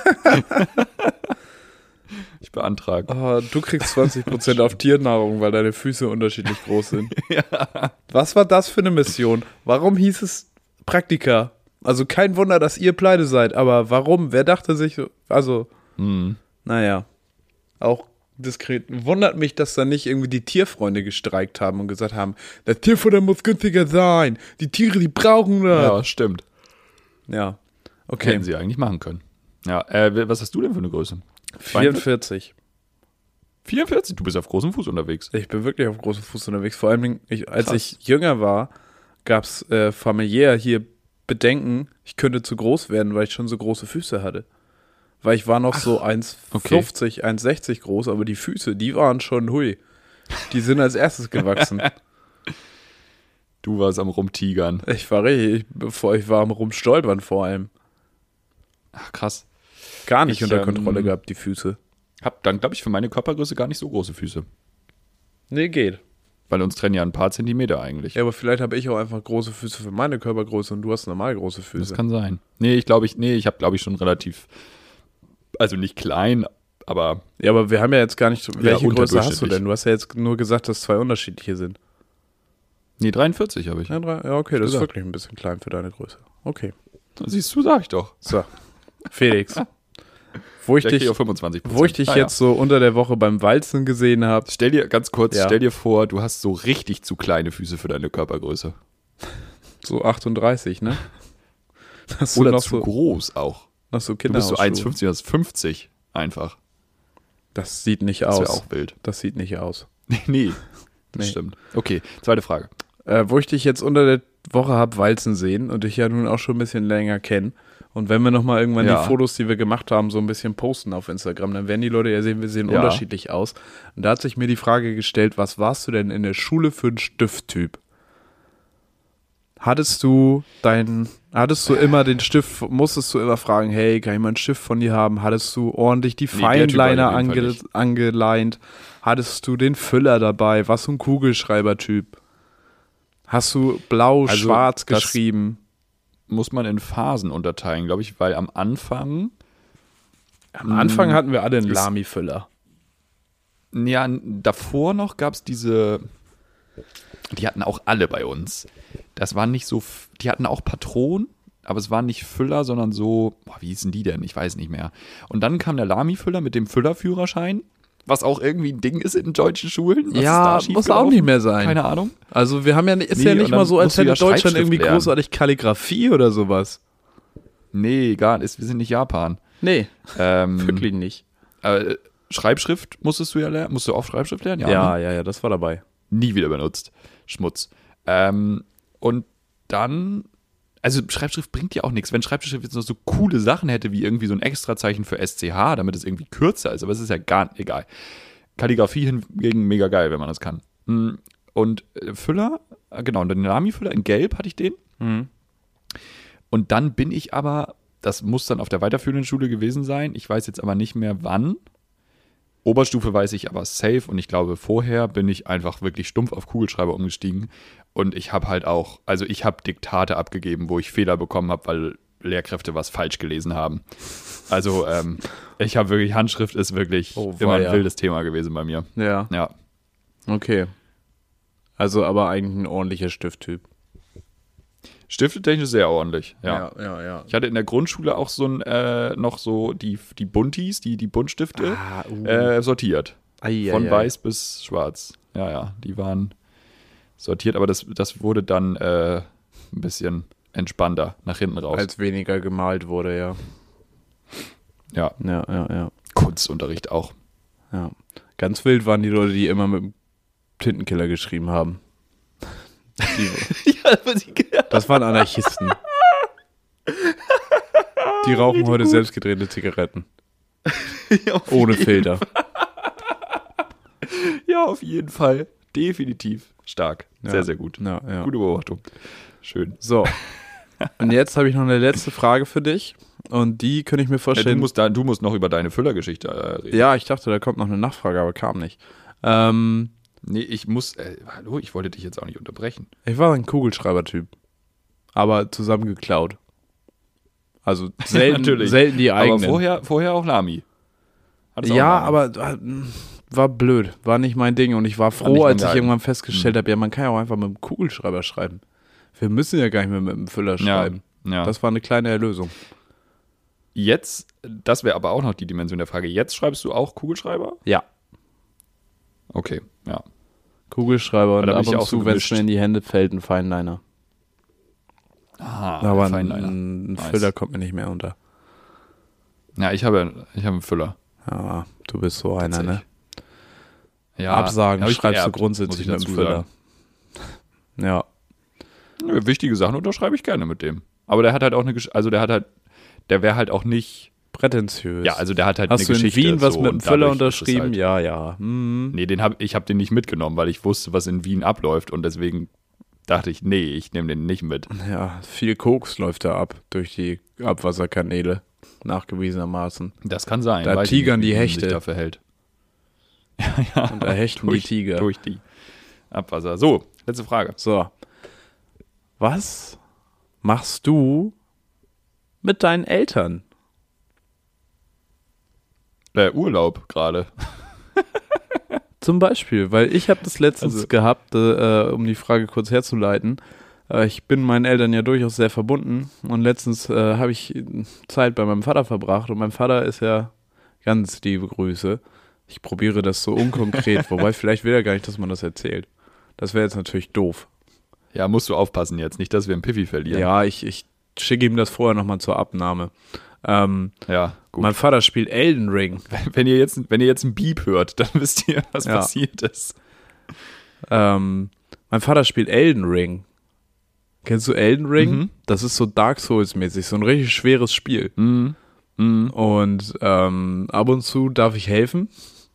Ich beantrage.
Oh, du kriegst 20% auf Tiernahrung, weil deine Füße unterschiedlich groß sind.
Ja.
Was war das für eine Mission? Warum hieß es Praktika? Also kein Wunder, dass ihr pleite seid, aber warum? Wer dachte sich, also, naja, auch diskret. Wundert mich, dass da nicht irgendwie die Tierfreunde gestreikt haben und gesagt haben, das Tierfutter muss günstiger sein, die Tiere, die brauchen das.
Ja, stimmt.
Ja, okay.
Hätten sie eigentlich machen können. Ja, was hast du denn für eine Größe?
44.
44? Du bist auf großem Fuß unterwegs.
Ich bin wirklich auf großem Fuß unterwegs. Vor allem, als ich jünger war, gab es familiär hier Bedenken, ich könnte zu groß werden, weil ich schon so große Füße hatte. Weil ich war noch so 1,50, 1,60 groß, aber die Füße, die waren schon hui. Die sind als erstes gewachsen.
Du warst am Rumtigern.
Ich war am Rumstolpern vor allem.
Ach, krass.
Gar nicht unter Kontrolle gehabt, die Füße.
Hab dann, glaube ich, für meine Körpergröße gar nicht so große Füße.
Nee, geht.
Weil uns trennen ja ein paar Zentimeter eigentlich.
Ja, aber vielleicht habe ich auch einfach große Füße für meine Körpergröße und du hast normal große Füße.
Das kann sein. Nee, ich habe, glaube ich, schon relativ, also nicht klein, aber...
Ja, aber wir haben ja jetzt gar nicht, welche Größe hast du
unterdurchschnittlich.
denn? Du hast ja jetzt nur gesagt, dass 2 unterschiedliche sind.
Nee, 43 habe ich.
Ja, okay, das ist
gesagt.
wirklich ein bisschen klein für deine Größe. Okay.
Siehst du, sag ich doch.
So, Felix. Wo ich
Der kriegt
dich,
auch 25%.
wo ich dich jetzt so unter der Woche beim Walzen gesehen habe.
Stell dir ganz kurz,
Ja.
stell dir vor, du hast so richtig zu kleine Füße für deine Körpergröße.
So 38, ne? Hast du
Oder
noch
zu
so,
groß auch.
noch so
Du bist so
Kinderhausschuhe?
1,50, das ist 50 einfach.
Das sieht nicht
Das wäre
aus.
auch wild.
Das sieht nicht aus.
Nee, das
Nee.
stimmt. Okay, zweite Frage.
Wo ich dich jetzt unter der Woche habe walzen sehen und dich ja nun auch schon ein bisschen länger kenne. Und wenn wir nochmal irgendwann
Ja.
die Fotos, die wir gemacht haben, so ein bisschen posten auf Instagram, dann werden die Leute ja sehen, wir sehen
Ja.
unterschiedlich aus. Und da hat sich mir die Frage gestellt, was warst du denn in der Schule für ein Stifttyp? Hattest du immer den Stift, musstest du immer fragen, hey, kann ich mal einen Stift von dir haben? Hattest du ordentlich die
Nee, der Typ war ich
Fineliner
auf jeden Fall nicht.
angeleint? Hattest du den Füller dabei? Warst du ein Kugelschreiber-Typ? Hast du blau,
Also,
schwarz
das-
geschrieben?
Muss man in Phasen unterteilen, glaube ich, weil am Anfang,
Am Anfang hatten wir alle einen
ist-
Lami-Füller.
ja, davor noch gab es diese, die hatten auch alle bei uns. Das waren nicht so, die hatten auch Patronen, aber es waren nicht Füller, sondern so, wie hießen die denn? Ich weiß nicht mehr. Und dann kam der Lami-Füller mit dem Füllerführerschein, was auch irgendwie ein Ding ist in deutschen Schulen. Was
Ja,
ist da
muss
schiefgelaufen?
auch nicht mehr sein.
Keine Ahnung.
Also wir haben ja, ist
Nee,
ja nicht
und
mal
dann
so, als
musst du
hätte
ja
Deutschland
Schreibschrift
irgendwie
lernen.
großartig Kalligrafie oder sowas.
Nee, gar nicht. Wir sind nicht Japan.
Nee,
Ähm,
wirklich nicht.
Schreibschrift musstest du ja lernen. Musst du auch Schreibschrift lernen? Ne?
Ja, das war dabei.
Nie wieder benutzt. Schmutz. Und dann, also Schreibschrift bringt ja auch nichts. Wenn Schreibschrift jetzt noch so coole Sachen hätte, wie irgendwie so ein Extrazeichen für SCH, damit es irgendwie kürzer ist, aber es ist ja gar egal. Kalligrafie hingegen mega geil, wenn man das kann. Und Füller, genau, und den Lami-Füller in Gelb hatte ich den. Und dann bin ich aber, das muss dann auf der weiterführenden Schule gewesen sein, ich weiß jetzt aber nicht mehr wann. Oberstufe weiß ich aber safe und ich glaube vorher bin ich einfach wirklich stumpf auf Kugelschreiber umgestiegen und ich habe halt auch, also ich habe Diktate abgegeben, wo ich Fehler bekommen habe, weil Lehrkräfte was falsch gelesen haben. Also ich habe wirklich, Handschrift ist wirklich
Oh,
immer
weia.
ein wildes Thema gewesen bei mir.
Ja,
Ja,
okay. Also aber eigentlich ein ordentlicher Stifttyp.
stiftetechnisch sehr ordentlich, ja.
ja.
Ich hatte in der Grundschule auch so ein, noch so die Buntis, die Buntstifte sortiert. Von weiß bis schwarz. Ja, die waren sortiert, aber das wurde dann ein bisschen entspannter nach hinten raus.
Als weniger gemalt wurde, ja.
Ja,
Ja.
Kunstunterricht auch.
Ja. Ganz wild waren die Leute, die immer mit dem Tintenkiller geschrieben haben.
Ja, aber
Das waren Anarchisten. Die rauchen heute selbstgedrehte Zigaretten. Ohne Filter.
Ja, auf jeden Fall. Definitiv. Stark.
Ja.
Sehr, sehr gut.
Ja.
Gute Beobachtung. Schön.
So. Und jetzt habe ich noch eine letzte Frage für dich. Und die könnte ich mir
Ja,
vorstellen.
du musst noch über deine Füllergeschichte reden.
Ja, ich dachte, da kommt noch eine Nachfrage, aber kam nicht.
Nee, ich muss, hallo, ich wollte dich jetzt auch nicht unterbrechen.
Ich war ein Kugelschreiber-Typ. Aber zusammengeklaut. Also selten die eigenen.
Aber vorher auch Lami. Hattest auch
Ja,
Lami?
aber war blöd. War nicht mein Ding. Und ich war
nicht
froh,
mein
als ich
Ding.
irgendwann festgestellt habe, ja, man kann ja auch einfach mit dem Kugelschreiber schreiben. Wir müssen ja gar nicht mehr mit dem Füller schreiben.
Ja.
Das war eine kleine Erlösung.
Jetzt, das wäre aber auch noch die Dimension der Frage. Jetzt schreibst du auch Kugelschreiber?
Ja.
Okay, ja.
Kugelschreiber und
da bin
ab
ich
und
auch so
zu, wenn es
gemischt.
mir in die Hände fällt, ein Feinliner.
Aha,
Aber
Feinliner.
ein
Nice.
Füller kommt mir nicht mehr unter.
Ja, ich habe einen Füller.
Ja, du bist so einer, ne?
Ja,
Absagen
hab ich
schreibst
geerbt,
du grundsätzlich
muss ich
mit dem
dazu
Füller. Ja.
Nö, wichtige Sachen unterschreibe ich gerne mit dem. Aber der hat halt auch der wäre halt auch nicht,
Prätentiös.
ja, also der hat halt
Hast
eine
du in
Geschichte.
Wien was
so,
mit dem
und
Füller
dadurch ist es
unterschrieben?
halt,
Ja, ja. Mhm.
Nee, ich habe den nicht mitgenommen, weil ich wusste, was in Wien abläuft und deswegen dachte ich, nee, ich nehme den nicht mit.
Ja, viel Koks läuft da ab durch die Abwasserkanäle. Nachgewiesenermaßen.
Das kann sein.
Da
weiß ich
tigern
nicht, wie
die
man
Hechte.
sich da verhält. Ja,
Und da hechten die Tiger.
Durch die Abwasser. So, letzte Frage.
So. Was machst du mit deinen Eltern?
Urlaub gerade.
Zum Beispiel, weil ich habe das letztens
Also-
gehabt, um die Frage kurz herzuleiten. Ich bin meinen Eltern ja durchaus sehr verbunden und letztens habe ich Zeit bei meinem Vater verbracht und mein Vater ist ja ganz liebe Grüße. Ich probiere das so unkonkret, wobei vielleicht will er gar nicht, dass man das erzählt. Das wäre jetzt natürlich doof.
Ja, musst du aufpassen jetzt. Nicht, dass wir einen Piffi verlieren.
Ja, ich schicke ihm das vorher nochmal zur Abnahme.
Ja, gut.
Mein Vater spielt Elden Ring.
Wenn ihr jetzt ein Beep hört, dann wisst ihr, was
Ja.
passiert ist.
Mein Vater spielt Elden Ring. Kennst du Elden Ring?
Mhm.
Das ist so Dark Souls-mäßig, so ein richtig schweres Spiel.
Mhm. Mhm.
Und ab und zu darf ich helfen.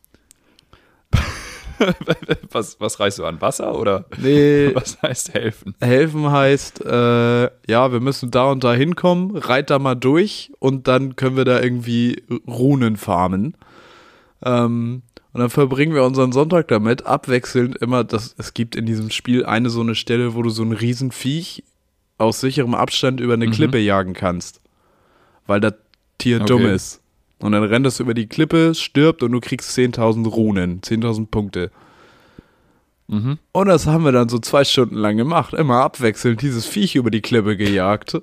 Was reichst du an? Wasser oder
Nee,
was heißt helfen?
helfen heißt, ja, wir müssen da und da hinkommen, reit da mal durch und dann können wir da irgendwie Runen farmen. Und dann verbringen wir unseren Sonntag damit, abwechselnd immer, es gibt in diesem Spiel eine so eine Stelle, wo du so ein Riesenviech aus sicherem Abstand über eine Klippe jagen kannst. Weil das Tier dumm ist. Und dann rennt es über die Klippe, stirbt und du kriegst 10.000 Runen, 10.000 Punkte.
Mhm.
Und das haben wir dann so 2 Stunden lang gemacht. Immer abwechselnd dieses Viech über die Klippe gejagt.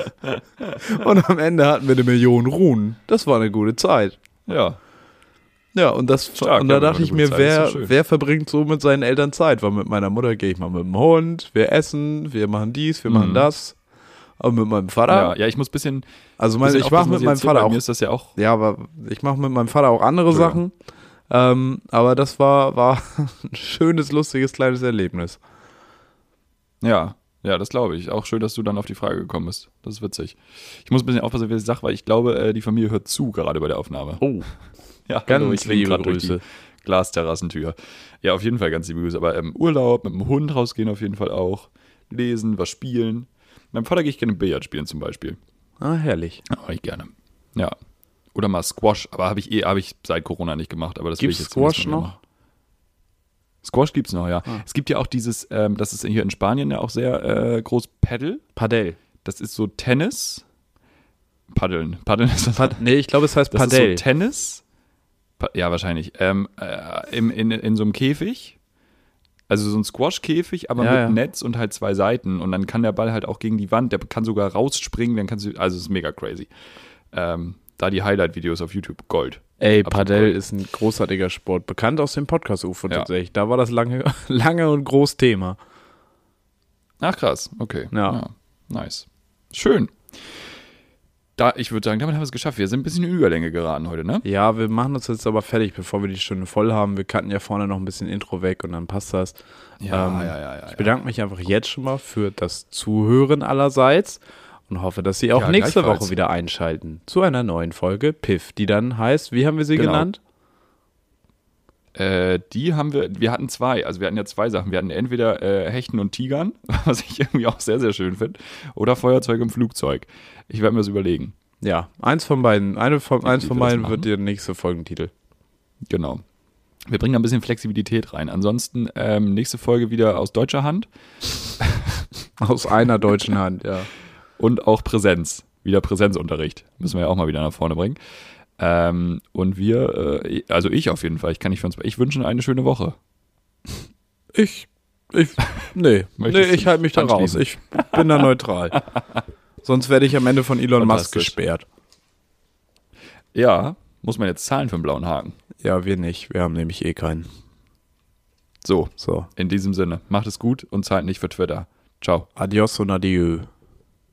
Und am Ende hatten wir 1 Million Runen. Das war eine gute Zeit.
Ja.
Ja, und
Stark,
und da
ja,
dachte
eine
ich
gute
mir,
Zeit, ist doch schön.
wer verbringt so mit seinen Eltern Zeit? Weil mit meiner Mutter gehe ich mal mit dem Hund, wir essen, wir machen dies, wir machen das. Aber mit meinem Vater,
Ja, ich muss ein bisschen.
also
bisschen
ich mache
aufpassen, was
mit
ich
meinem
erzähle.
Vater
Bei
auch,
mir ist das ja auch.
ja, aber ich mache mit meinem Vater auch andere Sachen. Aber das war ein schönes, lustiges, kleines Erlebnis.
Ja, das glaube ich. Auch schön, dass du dann auf die Frage gekommen bist. Das ist witzig. Ich muss ein bisschen aufpassen, wie ich sage, weil ich glaube, die Familie hört zu gerade bei der Aufnahme.
Oh,
Ja,
ganz
hallo, ich wink
liebe
grad durch
Grüße.
die Glasterrassentür. Ja, auf jeden Fall ganz liebe Grüße. Aber Urlaub, mit dem Hund rausgehen auf jeden Fall auch. Lesen, was spielen. Mit meinem Vater gehe ich gerne Billard spielen zum Beispiel.
Ah, herrlich.
Ja, mach ich gerne. Ja. Oder mal Squash, aber habe ich seit Corona nicht gemacht. Aber das will
Gibt's
ich jetzt demnächst
Squash
mal wieder
noch?
machen. Squash gibt's noch, ja. Es gibt ja auch dieses, das ist hier in Spanien ja auch sehr groß, Paddle.
Padel.
Das ist so Tennis. Paddeln ist das.
Nee, ich glaube, es heißt
Das
Padel.
ist so Tennis. Ja, wahrscheinlich. In so einem Käfig. Also so ein Squash-Käfig, aber
Ja,
mit
ja.
Netz und halt 2 Seiten. Und dann kann der Ball halt auch gegen die Wand. Der kann sogar rausspringen. Dann kannst du, also es ist mega crazy. Da die Highlight-Videos auf YouTube Gold.
Ey,
Absolut
Padel
Gold.
ist ein großartiger Sport. Bekannt aus dem Podcast-UFO
Ja.
tatsächlich. Da war das lange und groß Thema.
Ach krass, okay.
Ja.
Nice. Schön. Ich würde sagen, damit haben wir es geschafft. Wir sind ein bisschen in Überlänge geraten heute, ne?
Ja, wir machen uns jetzt aber fertig, bevor wir die Stunde voll haben. Wir cutten ja vorne noch ein bisschen Intro weg und dann passt das.
Ja.
Ich bedanke mich einfach jetzt schon mal für das Zuhören allerseits und hoffe, dass Sie auch
Ja,
nächste
gleichfalls.
Woche wieder einschalten zu einer neuen Folge Piff, die dann heißt, wie haben wir sie
Genau.
genannt?
Wir hatten 2, also wir hatten ja 2 Sachen. Wir hatten entweder Hechten und Tigern, was ich irgendwie auch sehr, sehr schön finde, oder Feuerzeug im Flugzeug. Ich werde mir das überlegen.
Ja, eins von beiden. Eins von
wir das
beiden
machen?
wird der nächste Folgentitel.
Genau. Wir bringen da ein bisschen Flexibilität rein. Ansonsten nächste Folge wieder aus deutscher Hand.
Aus einer deutschen Hand, ja.
Und auch Präsenz. Wieder Präsenzunterricht. Müssen wir ja auch mal wieder nach vorne bringen. Und wir, also ich auf jeden Fall, ich wünsche eine schöne Woche.
Ich halte mich da raus. Ich bin da neutral. Sonst werde ich am Ende von Elon Musk gesperrt.
Ja, muss man jetzt zahlen für einen blauen Haken?
Ja, wir nicht. Wir haben nämlich keinen.
So, in diesem Sinne, macht es gut und zahlt nicht für Twitter. Ciao.
Adios und adieu.